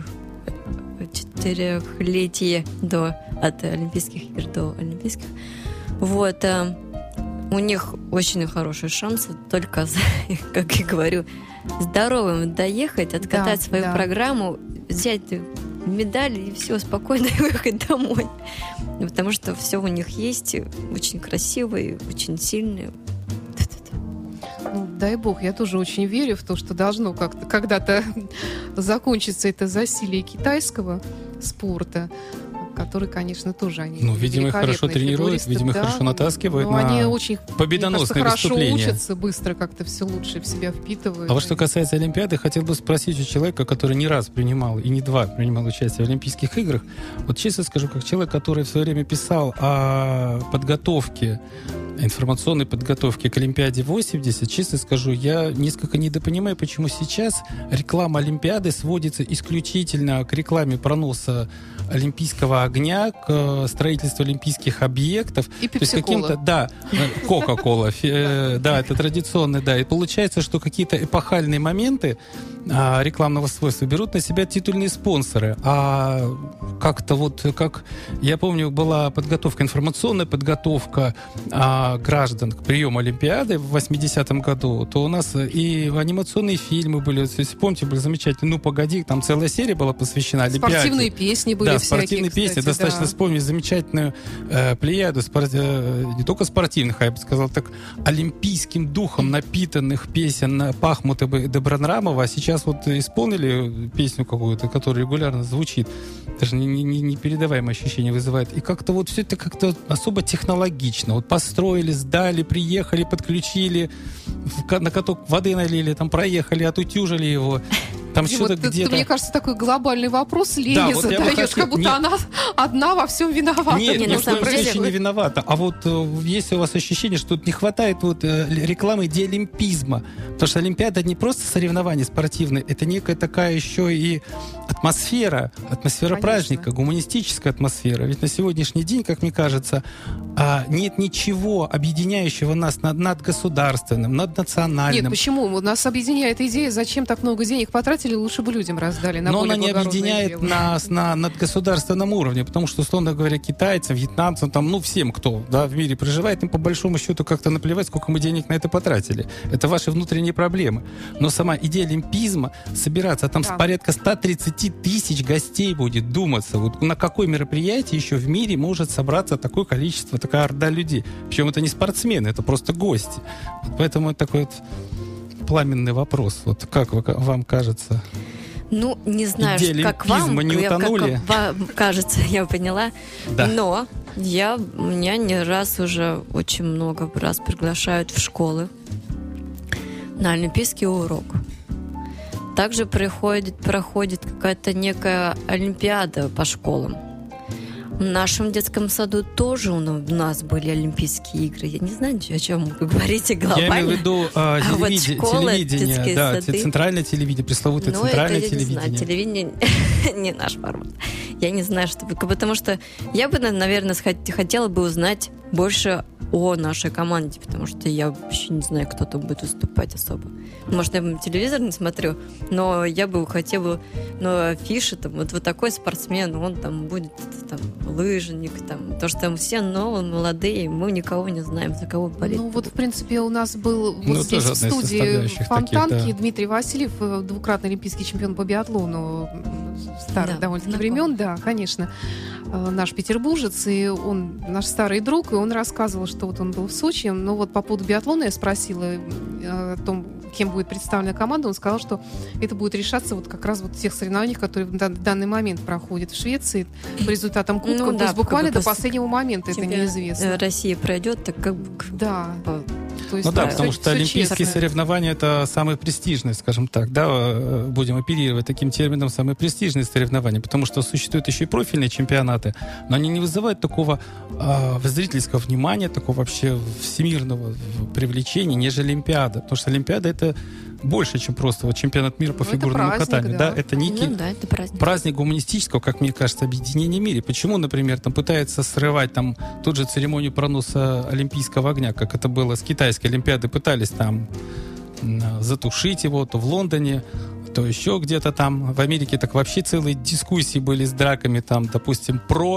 4-летие от Олимпийских игр до Олимпийских. Вот. У них очень хорошие шансы, только, как я говорю, здоровым доехать, откатать свою программу, взять медали и все, спокойно уехать домой. Потому что все у них есть, очень красивые, очень сильные. Ну, дай бог, я тоже очень верю в то, что должно как-то когда-то закончиться это засилие китайского спорта, который, конечно, тоже они видимо, их хорошо тренируют, видимо, хорошо натаскивают на они очень, победоносные выступления. Хорошо учатся, быстро как-то все лучше в себя впитывают. А вот что касается Олимпиады, хотел бы спросить у человека, который не раз принимал, и не два принимал участие в Олимпийских играх. Вот честно скажу, как человек, который в свое время писал о подготовке, информационной подготовке к Олимпиаде 80, честно скажу, я несколько недопонимаю, почему сейчас реклама Олимпиады сводится исключительно к рекламе проноса олимпийского огня, к строительству олимпийских объектов. И пепси-кола. Да, Кока-кола. Да, это традиционно, да. И получается, что какие-то эпохальные моменты рекламного свойства берут на себя титульные спонсоры. А как-то вот, как я помню, была подготовка, информационная подготовка граждан к приему Олимпиады в 80-м году, то у нас и анимационные фильмы были, если помните, были замечательные. «Ну, погоди», там целая серия была посвящена Олимпиаде. Спортивные песни были всякие, спортивные песни. Кстати, достаточно вспомнить замечательную плеяду не только спортивных, а я бы сказал так, олимпийским духом напитанных песен Пахмута и Добронравова. А сейчас вот исполнили песню какую-то, которая регулярно звучит. Даже непередаваемое ощущение вызывает. И как-то вот все это как-то особо технологично. Вот построили, сдали, приехали, подключили, на каток воды налили, там проехали, отутюжили его. Там что-то где-то... Мне кажется, такой глобальный вопрос Лене задаешь, как будто она одна во всем виновата. Нет, ни в коем случае не виновата. А вот есть у вас ощущение, что не хватает вот рекламы диалимпизма. Потому что Олимпиада не просто соревнование спортивное, это некая такая еще и атмосфера праздника, гуманистическая атмосфера. Ведь на сегодняшний день, как мне кажется, нет ничего объединяющего нас над государственным, над национальным. Нет, почему? Нас объединяет идея, зачем так много денег потратить, лучше бы людям раздали на более благородные дело. Но она не объединяет нас на надгосударственном уровне, потому что, условно говоря, китайцам, вьетнамцам, всем, кто в мире проживает, им по большому счету как-то наплевать, сколько мы денег на это потратили. Это ваши внутренние проблемы. Но сама идея олимпизма, собираться, там порядка 130 тысяч гостей будет думаться. Вот на какое мероприятие еще в мире может собраться такое количество, такая орда людей? Причем это не спортсмены, это просто гости. Вот поэтому это такой вот пламенный вопрос. Вот как вам кажется? Ну, не знаю, как вам кажется, я поняла. Да. Но меня не раз уже очень много раз приглашают в школы на олимпийский урок. Также проходит какая-то некая олимпиада по школам. В нашем детском саду тоже у нас были Олимпийские игры. Я не знаю, о чем вы говорите глобально. Я имею в виду телевидение, да, центральное телевидение, пресловутое центральное телевидение. Не знаю, телевидение не наш формат. Я не знаю, потому что я бы, наверное, хотела бы узнать больше о нашей команде, потому что я вообще не знаю, кто там будет выступать особо. Может, я телевизор не смотрю, но я бы хотела, но афиши, там, вот такой спортсмен, он там будет там, лыжник, там, то, что там все новые, молодые, мы никого не знаем, за кого болеть. Ну вот, в принципе, у нас был вот Ну, здесь тоже в одна из студии составляющих Фонтанки таких, да. Дмитрий Васильев, двукратный олимпийский чемпион по биатлону старых Да, довольно-таки знакомый. времен, да, конечно, наш петербуржец, и он наш старый друг, и он рассказывал, что вот он был в Сочи, но вот по поводу биатлона я спросила о том, кем будет представлена команда, он сказал, что это будет решаться вот как раз вот в тех соревнованиях, которые в данный момент проходят в Швеции по результатам кубков, Ну то да, есть буквально как бы до последнего момента это Чемпионат неизвестно. Россия пройдет, так как бы Да. То есть, Ну да, всё- потому что всё олимпийские честно. соревнования это самые престижные, скажем так, да, будем оперировать таким термином, самые престижные соревнования, потому что существуют еще и профильные чемпионаты, но они не вызывают такого зрительского внимания, такого вообще всемирного привлечения, нежели Олимпиада, потому что Олимпиада это больше, чем просто вот чемпионат мира по Ну, это фигурному праздник, катанию, да. да, это некий Ну да, это праздник. праздник гуманистического, как мне кажется, объединения в мире. Почему, например, там пытаются срывать там ту же церемонию проноса олимпийского огня, как это было с китайской Олимпиады, пытались там затушить его, то в Лондоне, то еще где-то там в Америке, так вообще целые дискуссии были с драками, там, допустим,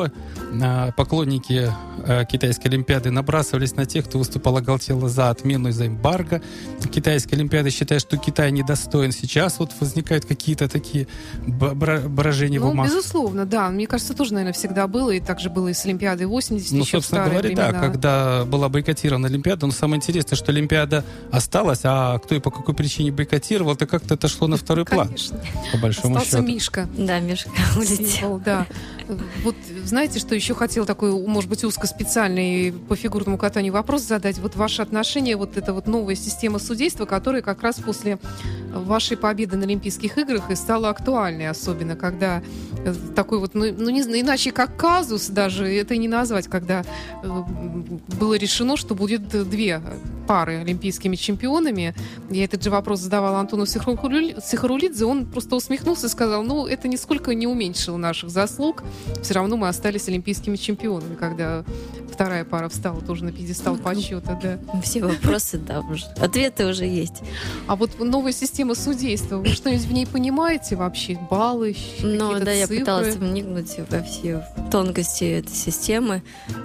поклонники китайской Олимпиады набрасывались на тех, кто выступал оголтело за отмену из-за эмбарго китайской Олимпиады, считая, что Китай недостоин. Сейчас вот возникают какие-то такие брожения в Ну, умах. безусловно, да. Мне кажется, тоже, наверное, всегда было, и также было и с Олимпиадой 80 Ну, еще в собственно старые говоря, да, времена. когда была бойкотирована Олимпиада, но самое интересное, что Олимпиада осталась, а кто и по какой причине бойкотировал, то как-то это шло на второй план, Конечно. по большому Остался счету. Мишка. Да, Мишка улетел. Символ, да. Вот знаете, что еще хотела такой, может быть, узкоспециальный по фигурному катанию вопрос задать? Вот ваше отношение, вот эта вот новая система судейства, которая как раз после вашей победы на Олимпийских играх и стала актуальной, особенно когда такой вот, ну не знаю, иначе как казус даже, это и не назвать, когда было решено, что будет две пары олимпийскими чемпионами. Я этот же вопрос задавала Антону Сихарулидзе, он просто усмехнулся и сказал, ну, это нисколько не уменьшило наших заслуг, все равно мы остались олимпийскими чемпионами, когда вторая пара встала тоже на пьедестал почета, да. Все вопросы, да, уже. Ответы уже есть. А вот новая система судейства, вы что-нибудь в ней понимаете вообще? Баллы, Ну, какие-то да, я цифры? пыталась вникнуть во все тонкости этой системы.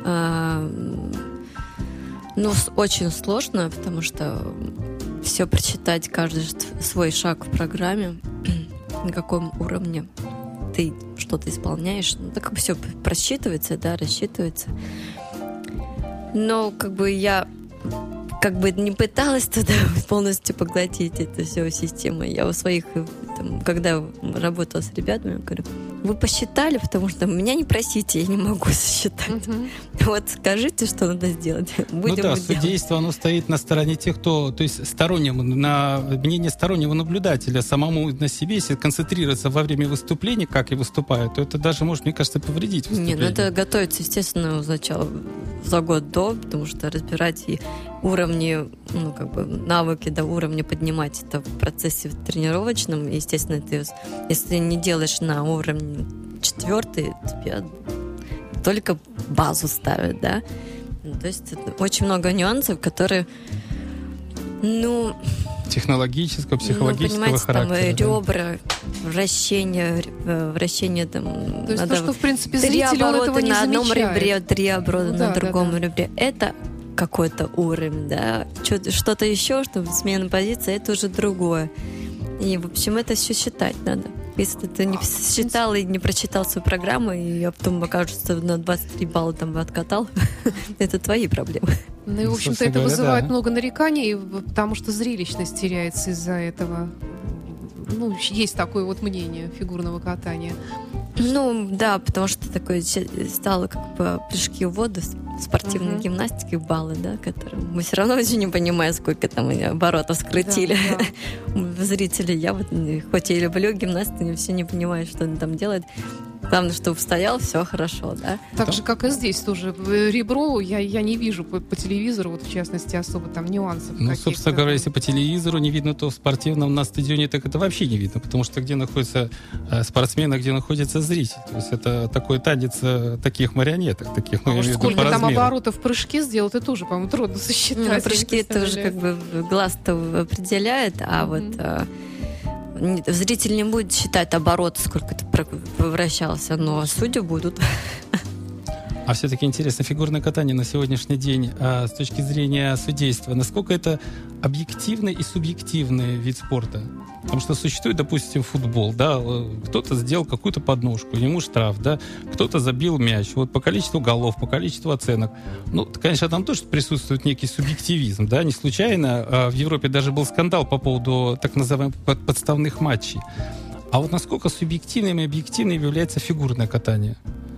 Ну, очень сложно, потому что все прочитать, каждый свой шаг в программе, на каком уровне ты что-то исполняешь. Ну, так все просчитывается, да, рассчитывается. Но как бы я не пыталась туда полностью поглотить эту всю систему. Я у своих, там, когда работала с ребятами, говорю, вы посчитали, потому что меня не просите, я не могу сосчитать. Мгм. Вот скажите, что надо сделать. Ну Будем да, мы делать. судейство, оно стоит на стороне тех, кто, то есть стороннему, на мнение стороннего наблюдателя, самому на себе, если концентрироваться во время выступления, как и выступают, то это даже может, мне кажется, повредить Не, выступлению. ну это готовится, естественно, за год до, потому что разбирать и уровни, ну, как бы навыки до уровня поднимать это в процессе тренировочном. Естественно, ты, если не делаешь на уровне 4, тебе только базу ставят, да. Ну, то есть это очень много нюансов, которые, ну, Технологического, психологического понимаете, там характера. да. ребра, вращение там. То есть надо то, что, в принципе, три зритель, он оборота этого не на одном замечает. ребре, 3 оборота Ну на да, другом да. ребре. Это какой-то уровень, да. Что-то еще, что смена позиции, это уже другое. И, в общем, это все считать надо. Если ты не считал и не прочитал свою программу, и потом окажется на 23 балла там откатал, это твои проблемы. Ну и, в общем-то, Собственно это говоря, вызывает да. много нареканий, потому что зрелищность теряется из-за этого. Ну, есть такое вот мнение фигурного катания. Ну, да, потому что такое стало как бы прыжки в воду, спортивной Мгм. гимнастики, баллы, да, которые мы все равно очень не понимаем, сколько там оборотов скрутили. Да, Зрители, я вот, хоть и люблю гимнастику, все не понимают, что они там делают. Главное, чтобы стоял, все хорошо, да? Так же, как и здесь тоже. Ребро я не вижу по телевизору, вот в частности, особо там нюансов Ну, каких-то. собственно говоря, если по телевизору не видно, то в спортивном на стадионе так это вообще не видно, потому что где находится спортсмен, а где находится зритель. То есть это такой танец таких марионеток, таких, ну, А я уж имею в виду, сколько по там размеру. оборотов в прыжке сделать, это тоже, по-моему, трудно сосчитать. Ну, я не прыжки это уже представляю. как бы глаз-то определяет, а вот зритель не будет считать обороты, сколько ты вращался, но судьи будут. А все-таки интересно, фигурное катание на сегодняшний день с точки зрения судейства, насколько это объективный и субъективный вид спорта? Потому что существует, допустим, футбол, да, кто-то сделал какую-то подножку, ему штраф, да, кто-то забил мяч, вот по количеству голов, по количеству оценок. Ну, конечно, там тоже присутствует некий субъективизм, да, не случайно в Европе даже был скандал по поводу так называемых подставных матчей. А вот насколько субъективным и объективным является фигурное катание?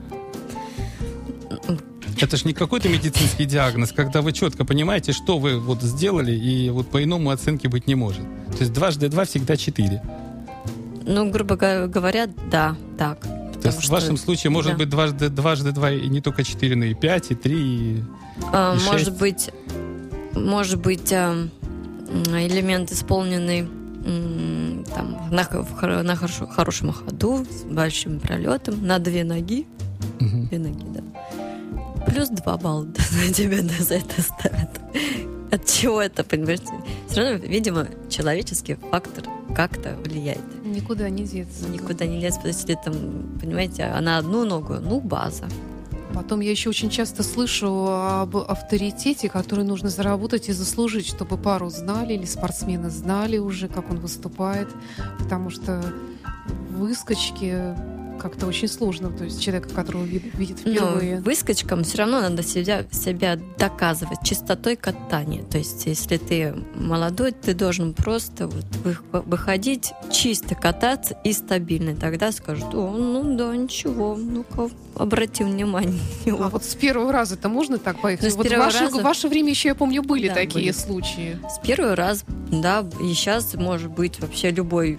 Это ж не какой-то медицинский диагноз, когда вы четко понимаете, что вы вот сделали, и вот по-иному оценки быть не может. То есть 2 × 2 всегда 4. Ну, грубо говоря, да, так. То есть в вашем случае может быть 2 × 2 и не только 4, но и 5, и 3, и 6. Может быть, элемент исполненный там, на хорошем ходу, с большим пролетом, на 2 ноги. Мгм. 2 ноги, да. Плюс 2 балла тебе за это ставят. От чего это, понимаешь? Все равно, видимо, человеческий фактор как-то влияет. Никуда не деться. Никуда не лез, если там, понимаете, а на одну ногу, ну, база. Потом я еще очень часто слышу об авторитете, который нужно заработать и заслужить, чтобы пару знали или спортсмены знали уже, как он выступает. Потому что выскочки как-то очень сложно. То есть человека, которого видит впервые. Но выскочкам все равно надо себя доказывать чистотой катания. То есть, если ты молодой, ты должен просто вот выходить, чисто кататься и стабильно. Тогда скажут: о, ну да, ничего, ну-ка, обрати внимание. А вот с первого раза это можно так поехать? Ну, с Вот первого в раза- ваше время еще, я помню, были Да, такие были. случаи. С первого раза, да, и сейчас может быть вообще любой,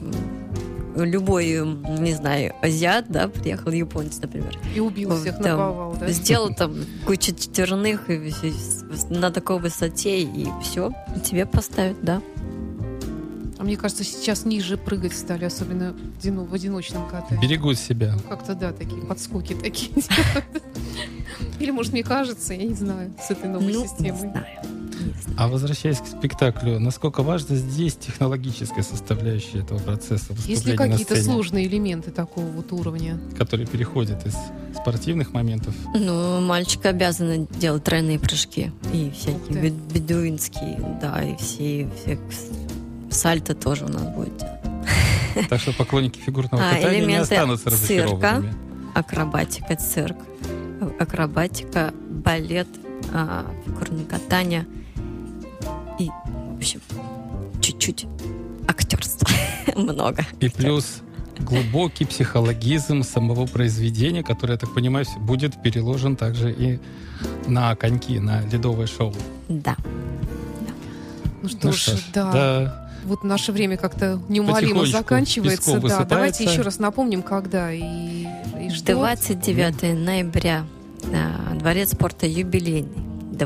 не знаю, азиат, да, приехал, японец, например. И убил всех, Там наповал, да? Сделал там кучу четверных и на такой высоте, и все, тебе поставят, да. А мне кажется, сейчас ниже прыгать стали, особенно в одиночном катании. Берегут себя. Ну, как-то, да, такие подскоки такие делают. Или, может, мне кажется, я не знаю, с этой новой Не системой. знаю. А возвращаясь к спектаклю, насколько важна здесь технологическая составляющая этого процесса Есть ли выступления на какие-то сцене, сложные элементы такого вот уровня? который переходит из спортивных моментов? Ну, мальчик обязан делать тройные прыжки. И Ух всякие ты. бедуинские, да, и все сальто тоже у нас будет делать. Так что поклонники фигурного катания не элементы останутся разочарованными. Акробатика, цирк, акробатика, балет, фигурное катание и, в общем, чуть-чуть актерства. Много. И плюс глубокий психологизм самого произведения, который, я так понимаю, будет переложен также и на коньки, на ледовое шоу. Да. Ну что ж, ж, да. Вот наше время как-то неумолимо Потихонечку заканчивается. песком Да, высыпается. давайте еще раз напомним, когда и что. 29 ноября. Дворец спорта «Юбилейный».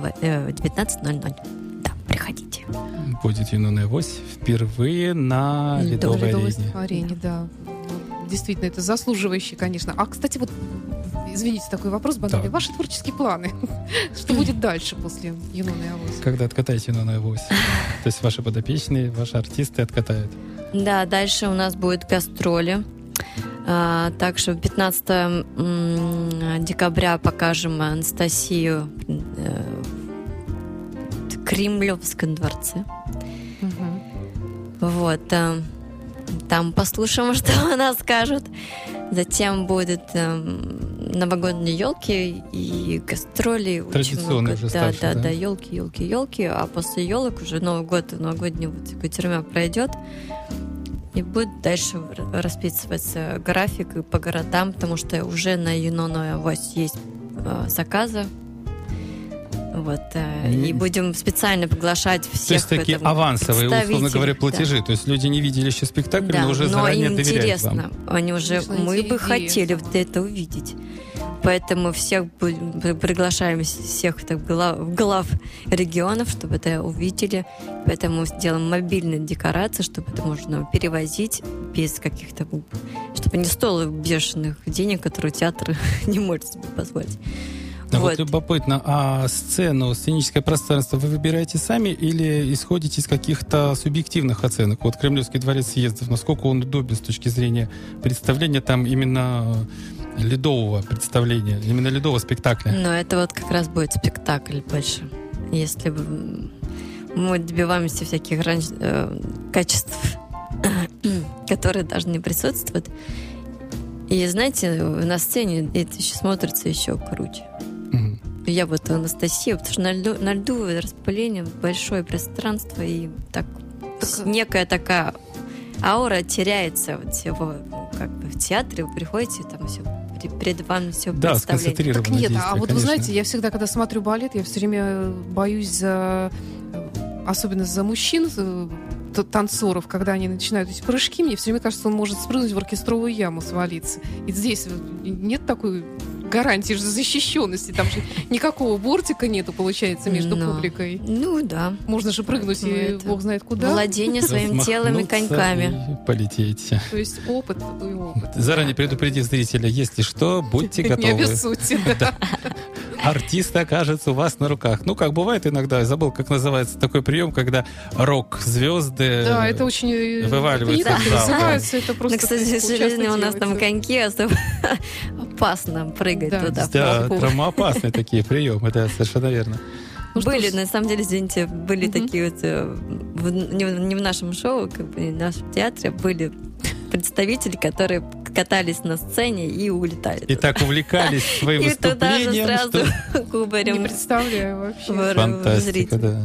19:00. Да, приходите. Будет «Юнона Авось» впервые на ледовой арене. арене, да. Действительно, это заслуживающий, конечно. А, кстати, вот, извините, такой вопрос банальный. Да. Ваши творческие планы? Что будет дальше после «Юнона Авось»? Когда откатаете «Юнона Авось». То есть ваши подопечные, ваши артисты откатают. Да, дальше у нас будут гастроли. Также 15 декабря покажем Анастасию в Кремлевском дворце. Мгм. Вот. Там послушаем, что она скажет. Затем будут новогодние елки и гастроли. Очень Традиционные много. уже ставшие, да? Да, елки. А после елок уже Новый год, новогодний вот катерма пройдет. И будет дальше расписываться график и по городам, потому что уже на «Юнону Авось» есть заказы. Вот, и будем специально приглашать всех. То есть такие авансовые, условно говоря, платежи. Да. То есть люди не видели еще спектакль, Да, но уже заранее им доверяют вам. интересно. Они уже, Конечно, мы бы идея. хотели вот это увидеть. Поэтому всех приглашаем всех глав регионов, чтобы это увидели. Поэтому сделаем мобильные декорации, чтобы это можно перевозить без каких-то... Чтобы не стоило бешеных денег, которые театр не может себе позволить. Вот любопытно, а сцену, сценическое пространство вы выбираете сами или исходите из каких-то субъективных оценок? Вот Кремлевский дворец съездов, насколько он удобен с точки зрения представления там именно ледового представления, именно ледового спектакля? Но это вот как раз будет спектакль больше. Если мы добиваемся всяких качеств, которые должны присутствовать. И знаете, на сцене это еще смотрится еще круче. Я вот Анастасия, потому что на льду распыление, большое пространство, и так некая такая аура теряется вот всего, как бы в театре вы приходите, там все перед вами все представление. сконцентрированное Так нет, действие, а вот конечно. вы знаете, я всегда, когда смотрю балет, я все время боюсь особенно за мужчин, танцоров, когда они начинают эти прыжки, мне все время кажется, он может спрыгнуть в оркестровую яму, свалиться. И здесь нет такой гарантии же защищенности, там же никакого бортика нету, получается, между публикой. Ну да. Можно же прыгнуть и бог знает куда. Владение своим телом и коньками. И полететь. То есть опыт и опыт. Заранее предупредив зрителя, если что, будьте Не готовы. обессудьте, да. Артист окажется у вас на руках. Ну, как бывает иногда, я забыл, как называется такой прием, когда рок-звезды Да, это очень... вываливаются Это в не зал. называется, это просто... Но, кстати, к сожалению, у нас там коньки, особо опасно прыгать Да. туда. Да, травмоопасные такие приемы, да, совершенно верно. Были, на самом деле, извините, были такие вот, не в нашем шоу, как бы, не в нашем театре, были представители, которые катались на сцене и улетали. И так увлекались своим И туда же выступлением, сразу что... Не кубарем представляю вообще. Фантастика, зрителей. да.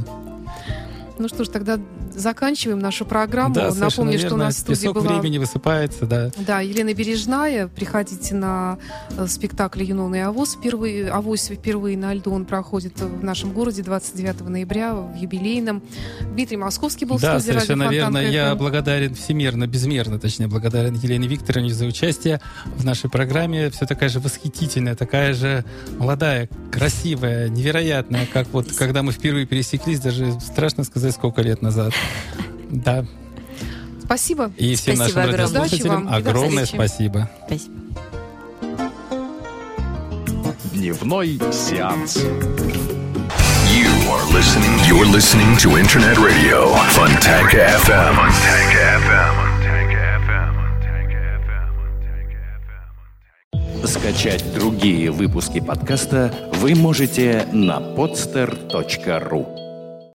Ну что ж, тогда заканчиваем нашу программу. Да, совершенно Напомню, что у верно. нас в студии Песок была... времени высыпается, да. Да, Елена Бережная. Приходите на спектакль «Юнона и Авось». Авось впервые на льду он проходит в нашем городе 29 ноября в юбилейном. Дмитрий Московский был Да, в студии совершенно «Радио верно. Фонтанка Я FM». благодарен безмерно благодарен Елене Викторовне за участие в нашей программе. Все такая же восхитительная, такая же молодая, красивая, невероятная, как вот когда мы впервые пересеклись, даже страшно сказать, сколько лет назад. Да. Спасибо. И всем Спасибо нашим огромное. радиослушателям Удачи вам и до огромное встречи. спасибо. Спасибо. Дневной сеанс. You're listening to Internet Radio Fontanka FM. Скачать другие выпуски подкаста вы можете на podster.ru.